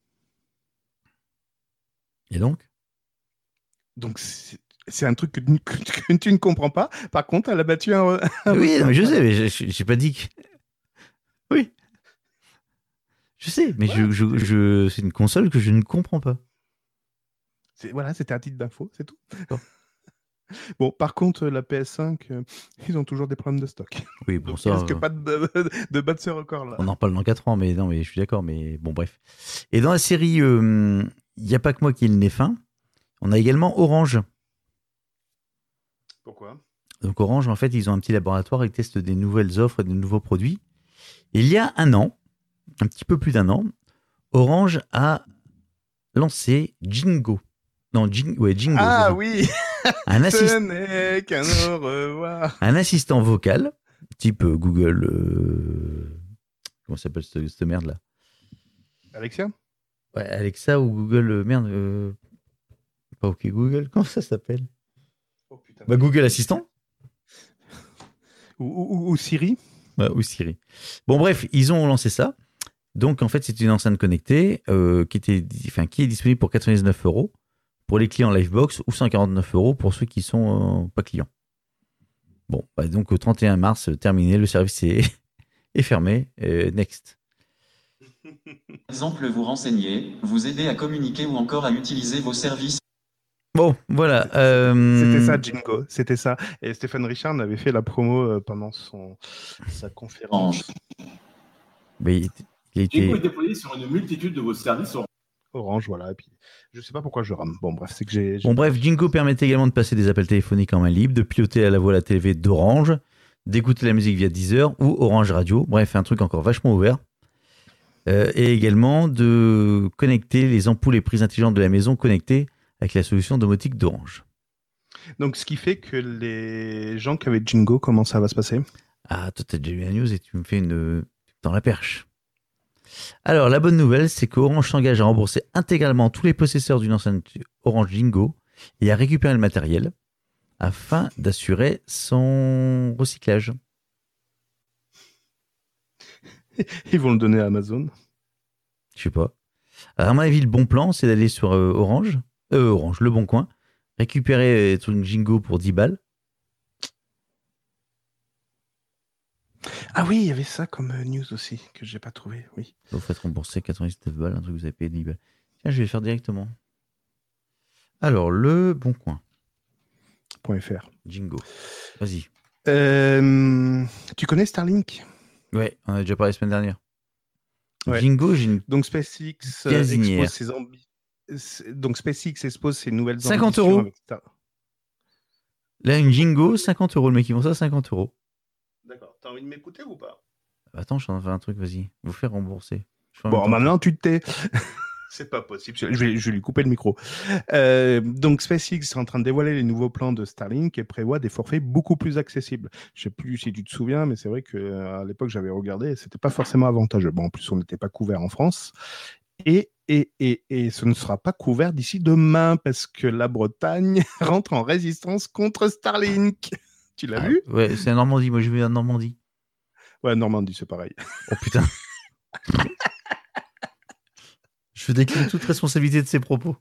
Et donc Donc, c'est, c'est un truc que, que, que tu ne comprends pas. Par contre, elle a battu un, un Oui, non, record. mais je sais, mais je- je- j'ai pas dit que. Oui, je sais, mais Voilà, je, je, c'était, je- c'est une console que je ne comprends pas. c'est, voilà, c'était un titre d'info, c'est tout. D'accord. Bon, par contre, la P S cinq, euh, ils ont toujours des problèmes de stock. Oui, bon, Donc, il ça, risque euh, pas de, de, de battre ce record-là. on en reparle dans quatre ans, mais non, mais je suis d'accord, mais bon, bref. Et dans la série, il n'y a pas que moi qui ai le nez fin, on a également Orange. Pourquoi? Donc Orange, en fait, ils ont un petit laboratoire, ils testent des nouvelles offres, des nouveaux produits. Et il y a un an, un petit peu plus d'un an, Orange a lancé Jingo. Non, Jing, ouais, Jingo, c'est Ah ça. oui, Un, ce assist, n'est qu'un au revoir. un assistant vocal, type euh, Google. Euh, comment s'appelle cette, cette merde-là? Alexia? Ouais, Alexa ou Google. euh, merde. euh, pas OK Google, comment ça s'appelle? Oh putain. Bah, Google Assistant. Ou, ou, ou Siri? Ouais, ou Siri. Bon, bref, ils ont lancé ça. Donc, en fait, c'est une enceinte connectée euh, qui, était, enfin, qui est disponible pour quatre-vingt-dix-neuf euros pour les clients Livebox ou cent quarante-neuf euros pour ceux qui sont euh, pas clients. Bon, bah, donc, au trente et un mars, terminé, le service est, est fermé. Euh, next. Par exemple, vous renseigner, vous aider à communiquer ou encore à utiliser vos services. Bon, voilà. C'était euh, c'était ça, Jingo. C'était ça. Et Stéphane Richard avait fait la promo euh, pendant son, sa conférence. Mais il, il Jingo est était. déployé sur une multitude de vos services. Orange, voilà. Et puis, je sais pas pourquoi je rame. Bon, bref, c'est que j'ai. j'ai Bon, pas- bref, Jingo permet également de passer des appels téléphoniques en main libre, de piloter à la voix la T V d'Orange, d'écouter la musique via Deezer ou Orange Radio. Bref, un truc encore vachement ouvert. Euh, et également de connecter les ampoules et prises intelligentes de la maison connectées avec la solution domotique d'Orange. Donc, ce qui fait que les gens qui avaient Jingo, comment ça va se passer? Ah, toi, t'as déjà eu la news et tu me fais une. dans la perche. Alors, la bonne nouvelle, c'est qu'Orange s'engage à rembourser intégralement tous les possesseurs d'une enceinte Orange Jingo et à récupérer le matériel afin d'assurer son recyclage. Ils vont le donner à Amazon. Je sais pas. Alors, à mon avis, le bon plan, c'est d'aller sur euh, Orange, euh, Orange, Le Bon Coin, récupérer ton Jingo pour dix balles. Ah oui, il y avait ça comme euh, news aussi, que j'ai pas trouvé. Oui. Vous faites rembourser quatre-vingt-dix-neuf balles, un truc que vous avez payé dix balles. Tiens, je vais le faire directement. Alors, Le Bon Coin, .fr. Jingo. Vas-y. Euh, tu connais Starlink? Ouais, on a déjà parlé la semaine dernière. Ouais. Jingo, j'ai une Donc SpaceX euh, Gazinière. expose ses ambi- c'est- Donc SpaceX expose ses nouvelles cinquante ambitions euros. avec Star- Là, une Jingo, cinquante euros. Le mec, ils vont ça, cinquante euros. D'accord. T'as envie de m'écouter ou pas? Attends, je suis en train de faire un truc, vas-y. Vous faire rembourser. Je fais en Bon, même temps. maintenant tu te tais. C'est pas possible. Je vais, je vais lui couper le micro. Euh, donc SpaceX est en train de dévoiler les nouveaux plans de Starlink et prévoit des forfaits beaucoup plus accessibles. Je sais plus si tu te souviens, mais c'est vrai que euh, à l'époque j'avais regardé, et c'était pas forcément avantageux. Bon, en plus on n'était pas couvert en France. Et, et, et, et ce ne sera pas couvert d'ici demain parce que la Bretagne rentre en résistance contre Starlink. Tu l'as Ah, vu? ouais, c'est en Normandie. Moi, je vais en Normandie. Ouais, Normandie, c'est pareil. Oh putain. Je décline toute responsabilité de ces propos.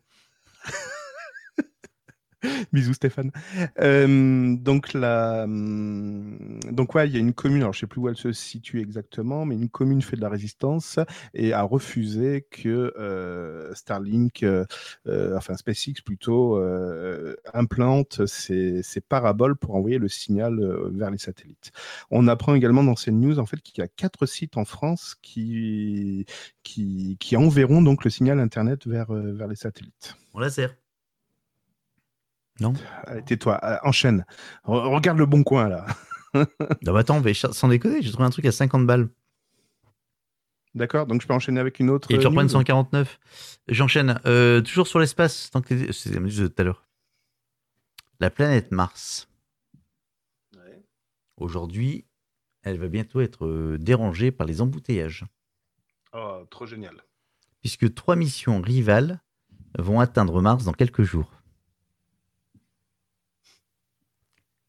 Bisous Stéphane. Euh, donc la, donc ouais, il y a une commune, alors je sais plus où elle se situe exactement, mais une commune fait de la résistance et a refusé que euh, Starlink, euh, euh, enfin SpaceX plutôt, euh, implante ses, ses paraboles pour envoyer le signal euh, vers les satellites. On apprend également dans ces news en fait qu'il y a quatre sites en France qui qui, qui enverront donc le signal internet vers euh, vers les satellites. On la sert. Non. Allez, tais-toi, euh, enchaîne. Re- regarde le bon coin, là. Non, bah attends, mais sans déconner, j'ai trouvé un truc à cinquante balles. D'accord, donc je peux enchaîner avec une autre Et tu euh, reprends une news cent quarante-neuf. J'enchaîne. Euh, toujours sur l'espace, tant que c'est la news de tout à l'heure. La planète Mars. Ouais. Aujourd'hui, elle va bientôt être euh, dérangée par les embouteillages. Oh, trop génial. Puisque trois missions rivales vont atteindre Mars dans quelques jours.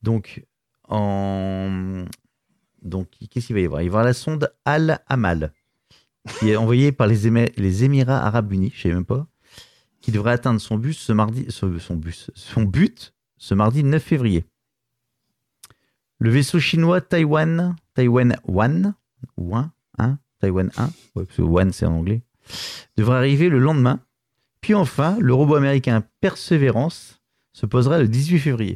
Donc, en... Donc, qu'est-ce qu'il va y avoir ? Il va y avoir la sonde Al-Amal, qui est envoyée par les, Émi- les Émirats Arabes Unis, je ne sais même pas, qui devrait atteindre son bus ce mardi, son, son bus, son but ce mardi neuf février. Le vaisseau chinois Taïwan, Taïwan un, ou un, un, Taïwan un, ouais, parce que one c'est en anglais, devrait arriver le lendemain. Puis enfin, le robot américain Perseverance se posera le dix-huit février.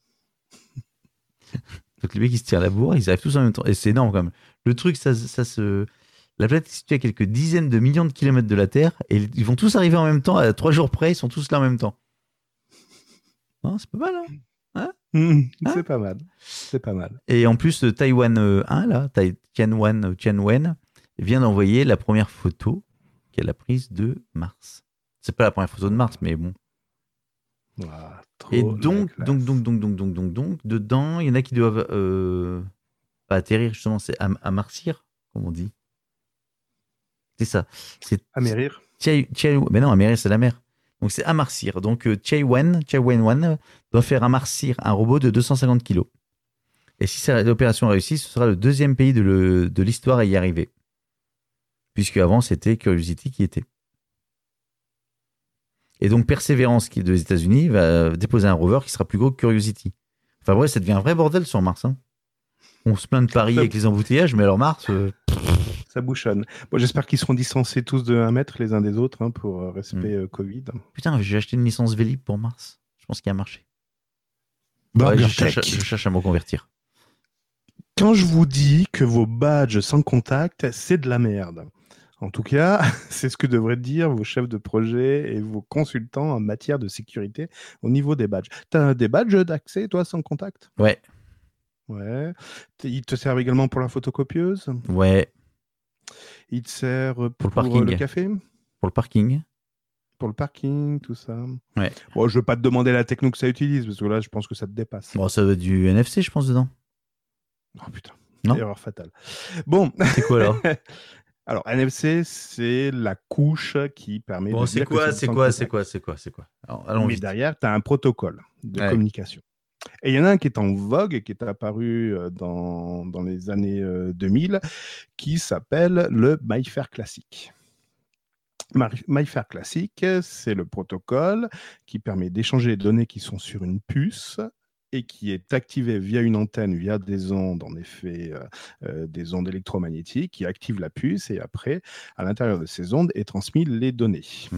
Donc les mecs qui se tirent la bourre, ils arrivent tous en même temps. Et c'est énorme quand même. Le truc, ça, ça se... La planète est située à quelques dizaines de millions de kilomètres de la Terre et ils vont tous arriver en même temps, à trois jours près, ils sont tous là en même temps. Non, c'est pas mal, hein, hein Mmh, Hein c'est pas mal. C'est pas mal. Et en plus, Taïwan un, là, Tai- Tianwan, Tianwen, vient d'envoyer la première photo qu'elle a prise de Mars. C'est pas la première photo de Mars, mais bon. Ah, trop Et la donc, classe. donc, donc, donc, donc, donc, donc, donc, dedans, il y en a qui doivent euh, pas atterrir, justement, c'est am- amarcir, comme on dit. C'est ça. C'est Amérir. Tiai- Tiai- mais non, amérir, c'est la mer. Donc c'est amarcir. Donc euh, Tiaiwan, Tiaiwan doit faire amarcir un robot de deux cent cinquante kilos. Et si ça- l'opération réussit, ce sera le deuxième pays de, le- de l'histoire à y arriver. Puisque avant c'était Curiosity qui était. Et donc Perseverance, qui est des États-Unis, va déposer un rover qui sera plus gros que Curiosity. Enfin bref, ça devient un vrai bordel sur Mars. Hein. On se plaint de Paris avec les embouteillages, mais alors Mars, euh, Ça bouchonne. Bon, j'espère qu'ils seront distancés tous de un mètre les uns des autres hein, pour euh, respect Mm. euh, Covid. putain, j'ai acheté une licence Vélib pour Mars. Je pense qu'il y a un marché. Burger Ouais, je, Tech. cherche, je cherche à me convertir. Quand je vous dis que vos badges sans contact, c'est de la merde. En tout cas, c'est ce que devraient dire vos chefs de projet et vos consultants en matière de sécurité au niveau des badges. T'as des badges d'accès, toi, sans contact ? Ouais, Ouais. T- Ils te servent également pour la photocopieuse ? ouais, Ils te servent pour, le parking. le café ? pour le parking. Pour le parking, tout ça. Ouais. Bon, je veux pas te demander la techno que ça utilise, parce que là, je pense que ça te dépasse. Bon, ça doit être du N F C, je pense, dedans. Oh putain, Non. erreur fatale. Bon, C'est quoi alors alors N F C, c'est la couche qui permet Bon, de c'est dire quoi, que c'est sans quoi, contact. c'est quoi, c'est quoi, c'est quoi Alors, allons Mais vite. derrière, tu as un protocole de Ouais. communication. Et il y en a un qui est en vogue et qui est apparu euh, dans, dans les années euh, deux mille, qui s'appelle le MyFair Classic. My- MyFair Classic, c'est le protocole qui permet d'échanger les données qui sont sur une puce et qui est activé via une antenne, via des ondes, en effet, euh, euh, des ondes électromagnétiques, qui activent la puce et après, à l'intérieur de ces ondes, est transmis les données. Mhm.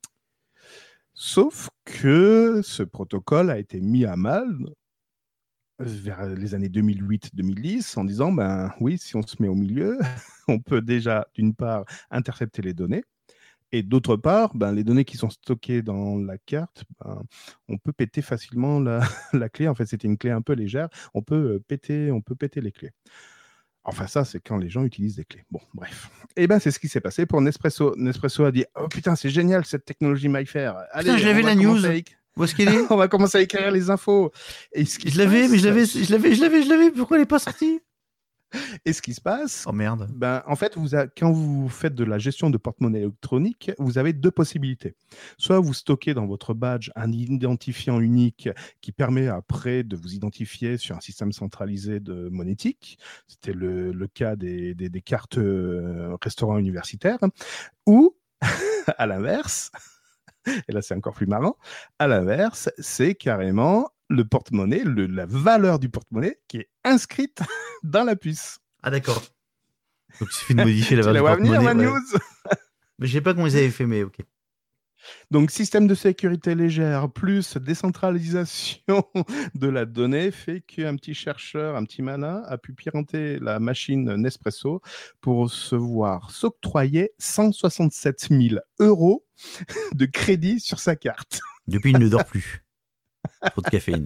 Sauf que ce protocole a été mis à mal vers les années deux mille huit deux mille dix en disant, ben oui, si on se met au milieu, on peut déjà, d'une part, intercepter les données, et d'autre part, ben, les données qui sont stockées dans la carte, ben, on peut péter facilement la, la clé. En fait, c'était une clé un peu légère. On peut, euh, péter, on peut péter les clés. Enfin, ça, c'est quand les gens utilisent des clés. Bon, bref. Et ben, c'est ce qui s'est passé pour Nespresso. Nespresso a dit, oh putain, c'est génial cette technologie MyFair. Allez, Putain, je l'avais on va la commencer news. à éc- Où est-ce qu'elle est on va commencer à écrire les infos. Et ce qui Je se l'avais, mais je passe- l'avais, je l'avais, je l'avais, je l'avais. Pourquoi elle n'est pas sortie Et ce qui se passe, Oh merde. ben, en fait, vous a- quand vous faites de la gestion de porte-monnaie électronique, vous avez deux possibilités. Soit vous stockez dans votre badge un identifiant unique qui permet après de vous identifier sur un système centralisé de monétique. C'était le, le cas des, des, des cartes euh, restaurants universitaires. Ou, à l'inverse, et là c'est encore plus marrant, à l'inverse, c'est carrément le porte-monnaie, le- la valeur du porte-monnaie qui est inscrite dans la puce. Ah d'accord. Donc il suffit de modifier la Tu la valeur vois du venir, ma porte-monnaie. Ouais. news? Mais je sais pas comment ils avaient fait, mais ok. Donc, système de sécurité légère plus décentralisation de la donnée fait qu'un petit chercheur, un petit malin, a pu pirater la machine Nespresso pour se voir s'octroyer cent soixante-sept mille euros de crédit sur sa carte. Depuis, il ne dort plus. Trop de caféine.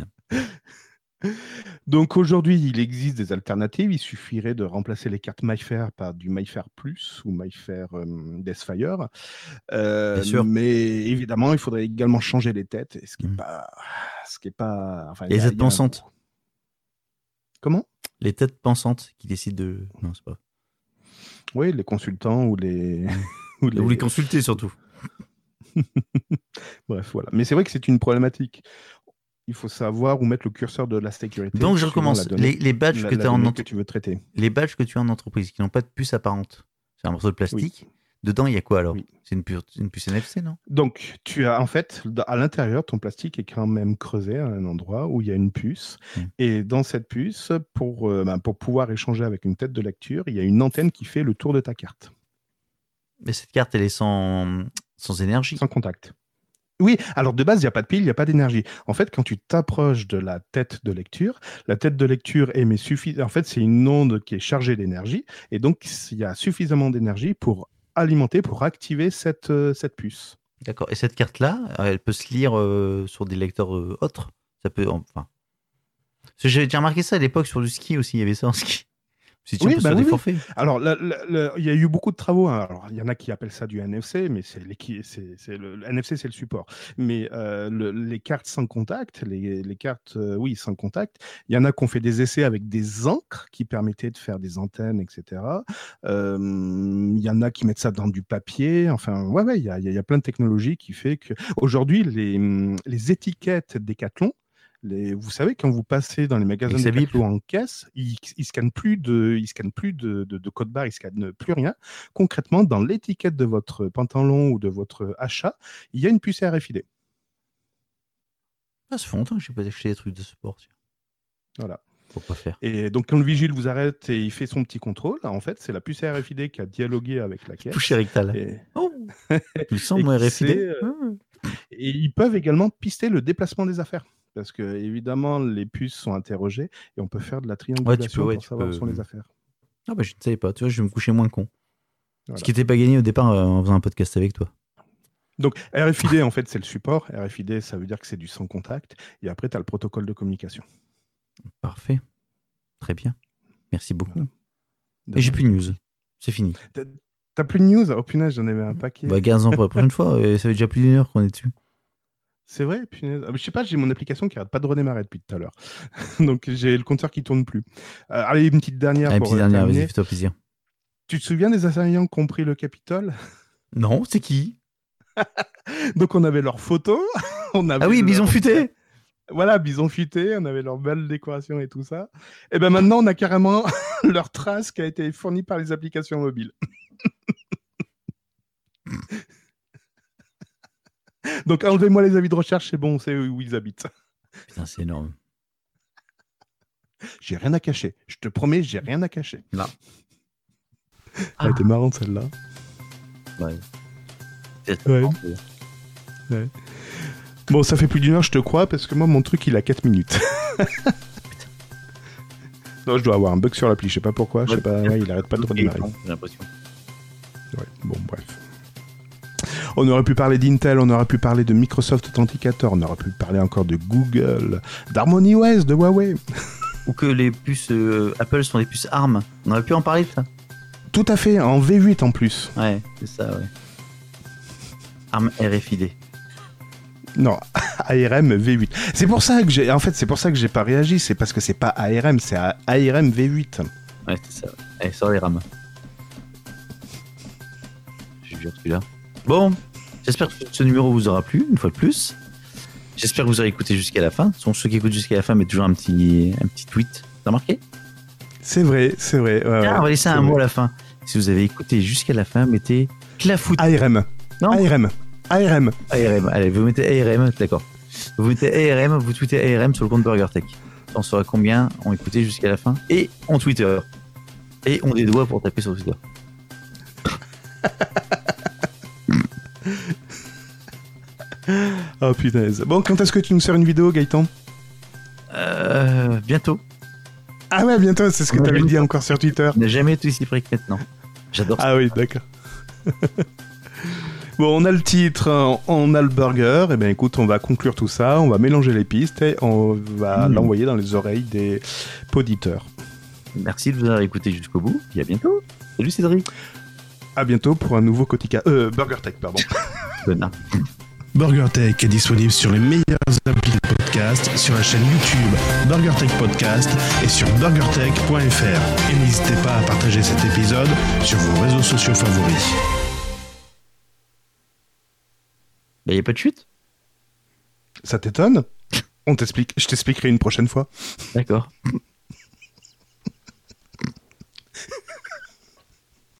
Donc aujourd'hui, il existe des alternatives. Il suffirait de remplacer les cartes MyFair par du MyFair Plus ou MyFair euh, Deathfire. Euh, Bien sûr. mais évidemment, il faudrait également changer les têtes, ce qui n'est Mm. pas, ce qui est pas. Enfin, il Les y a- têtes il y a un- pensantes. Comment? Les têtes pensantes qui décident de. Non, c'est pas. Oui, les consultants ou les. ou Vous les consultez surtout. Bref, voilà. Mais c'est vrai que c'est une problématique. il faut savoir où mettre le curseur de la sécurité. Donc je recommence. Les, les badges la, que, la en donnée ent... que tu veux traiter. Les badges que tu as en entreprise qui n'ont pas de puce apparente. C'est un morceau de plastique. Oui. Dedans, il y a quoi alors? Oui. C'est une, pu... une puce N F C, non? Donc, tu as en fait, à l'intérieur, ton plastique est quand même creusé à un endroit où il y a une puce. Mmh. Et dans cette puce, pour, euh, ben, pour pouvoir échanger avec une tête de lecture, il y a une antenne qui fait le tour de ta carte. Mais cette carte, elle est sans, sans énergie. Sans contact. Oui, alors de base, il n'y a pas de pile, il n'y a pas d'énergie. En fait, quand tu t'approches de la tête de lecture, la tête de lecture émet suffisamment. En fait, c'est une onde qui est chargée d'énergie. Et donc, il y a suffisamment d'énergie pour alimenter, pour activer cette, euh, cette puce. D'accord. Et cette carte-là, elle peut se lire euh, sur des lecteurs euh, autres. Ça peut. Enfin. J'avais déjà remarqué ça à l'époque sur du ski aussi. Il y avait ça en ski. C'est oui, bah sur oui, des forfaits. Alors, il y a eu beaucoup de travaux. Hein. Alors, il y en a qui appellent ça du N F C, mais c'est, c'est, c'est le, le N F C, c'est le support. Mais euh, le, les cartes sans contact, les, les cartes, euh, oui, sans contact, il y en a qui ont fait des essais avec des encres qui permettaient de faire des antennes, et cetera. Euh, il y en a qui mettent ça dans du papier. Enfin, ouais, ouais, il y a, il y a plein de technologies qui fait que aujourd'hui, les, les étiquettes Decathlon, Les, vous savez, quand vous passez dans les magasins de Decathlon en caisse, ils ne scannent plus, de, ils scannent plus de, de, de code barre, ils ne scannent plus rien. Concrètement, dans l'étiquette de votre pantalon ou de votre achat, il y a une puce R F I D. Ah, ça fait longtemps que je n'ai pas acheté des trucs de sport. Voilà. Faut pas faire. Et donc, quand le vigile vous arrête et il fait son petit contrôle, en fait, c'est la puce R F I D qui a dialogué avec la caisse. Touche rectal. Et... Oh tu sens mon R F I D euh... Et ils peuvent également pister le déplacement des affaires. Parce que, évidemment, les puces sont interrogées et on peut faire de la triangulation ouais, tu peux, ouais, pour savoir où sont les affaires. Ah bah je ne savais pas, tu vois, je vais me coucher moins con. Voilà. Ce qui n'était pas gagné au départ euh, en faisant un podcast avec toi. Donc, R F I D, en fait, c'est le support. R F I D, ça veut dire que c'est du sans contact. Et après, tu as le protocole de communication. Parfait. Très bien. Merci beaucoup. Voilà. Et j'ai plus de news. C'est fini. T'as, t'as plus de news? Oh punaise, j'en avais un paquet. Bah, quinze ans pour la prochaine fois. Et ça fait déjà plus d'une heure qu'on est dessus. C'est vrai, punaise. Ah, je sais pas, j'ai mon application qui arrête pas de redémarrer depuis tout à l'heure. Donc j'ai le compteur qui tourne plus. Euh, allez, une petite dernière allez, pour petite dernière, vas-y, fais-toi plaisir. Tu te souviens des assaillants qui ont pris le Capitole? Non, c'est qui? Donc on avait leurs photos. on avait ah oui, Bison Futé. Voilà, Bison Futé, on avait leur belle décoration et tout ça. Et ben maintenant, on a carrément leur trace qui a été fournie par les applications mobiles. Donc enlevez-moi les avis de recherche, c'est bon, on sait où ils habitent. Putain, c'est énorme. J'ai rien à cacher. Je te promets, j'ai rien à cacher. Là. Elle ah. était marrante celle-là. Ouais. Ouais. ouais. Bon, ça fait plus d'une heure, je te crois, parce que moi, mon truc, il a quatre minutes. Non, je dois avoir un bug sur l'appli, je sais pas pourquoi. Je sais pas, ouais, il arrête pas de redémarrer. J'ai l'impression. Ouais, bon, bref. On aurait pu parler d'Intel, on aurait pu parler de Microsoft Authenticator, on aurait pu parler encore de Google, d'HarmonyOS, de Huawei. Ou que les puces euh, Apple sont des puces ARM. On aurait pu en parler de ça. Tout à fait, en V huit en plus. Ouais, c'est ça, ouais. ARM R F I D. Non, A R M V huit. C'est pour ça que j'ai, en fait, c'est pour ça que j'ai pas réagi. C'est parce que c'est pas A R M, c'est A R M V huit. Ouais, c'est ça. Allez, sors les rames. J'ai vu celui-là. Bon, j'espère que ce numéro vous aura plu, une fois de plus. J'espère que vous aurez écouté jusqu'à la fin. Sont ceux qui écoutent jusqu'à la fin mettent toujours un petit, un petit tweet. T'as remarqué? C'est vrai, c'est vrai. Ouais, ah, ouais, on va laisser un vrai. mot à la fin. Si vous avez écouté jusqu'à la fin, mettez Clafoot. A R M. Non. A R M. A R M. A R M. Allez, vous mettez A R M, d'accord. Vous mettez A R M, vous tweetez A R M sur le compte BurgerTech. On saura combien ont écouté jusqu'à la fin. Et on Twitter. Et on des doigts pour taper sur Twitter. Oh punaise. Bon, quand est-ce que tu nous sers une vidéo, Gaëtan? Euh. Bientôt. Ah ouais, bientôt, c'est ce que tu avais dit encore sur Twitter. On n'a jamais été aussi près que maintenant. J'adore ça. Ah oui, d'accord. Bon, on a le titre, on a le burger. Et bien écoute, on va conclure tout ça, on va mélanger les pistes et on va mmh. l'envoyer dans les oreilles des auditeurs. Merci de vous avoir écouté jusqu'au bout. Et à bientôt. Salut Cédric. À bientôt pour un nouveau Kotika. Euh, BurgerTech, pardon. Connard. BurgerTech est disponible sur les meilleures applis de podcast, sur la chaîne YouTube BurgerTech Podcast et sur burgertech point f r. Et n'hésitez pas à partager cet épisode sur vos réseaux sociaux favoris. Bah, y a pas de chute? Ça t'étonne? On t'explique, je t'expliquerai une prochaine fois. D'accord.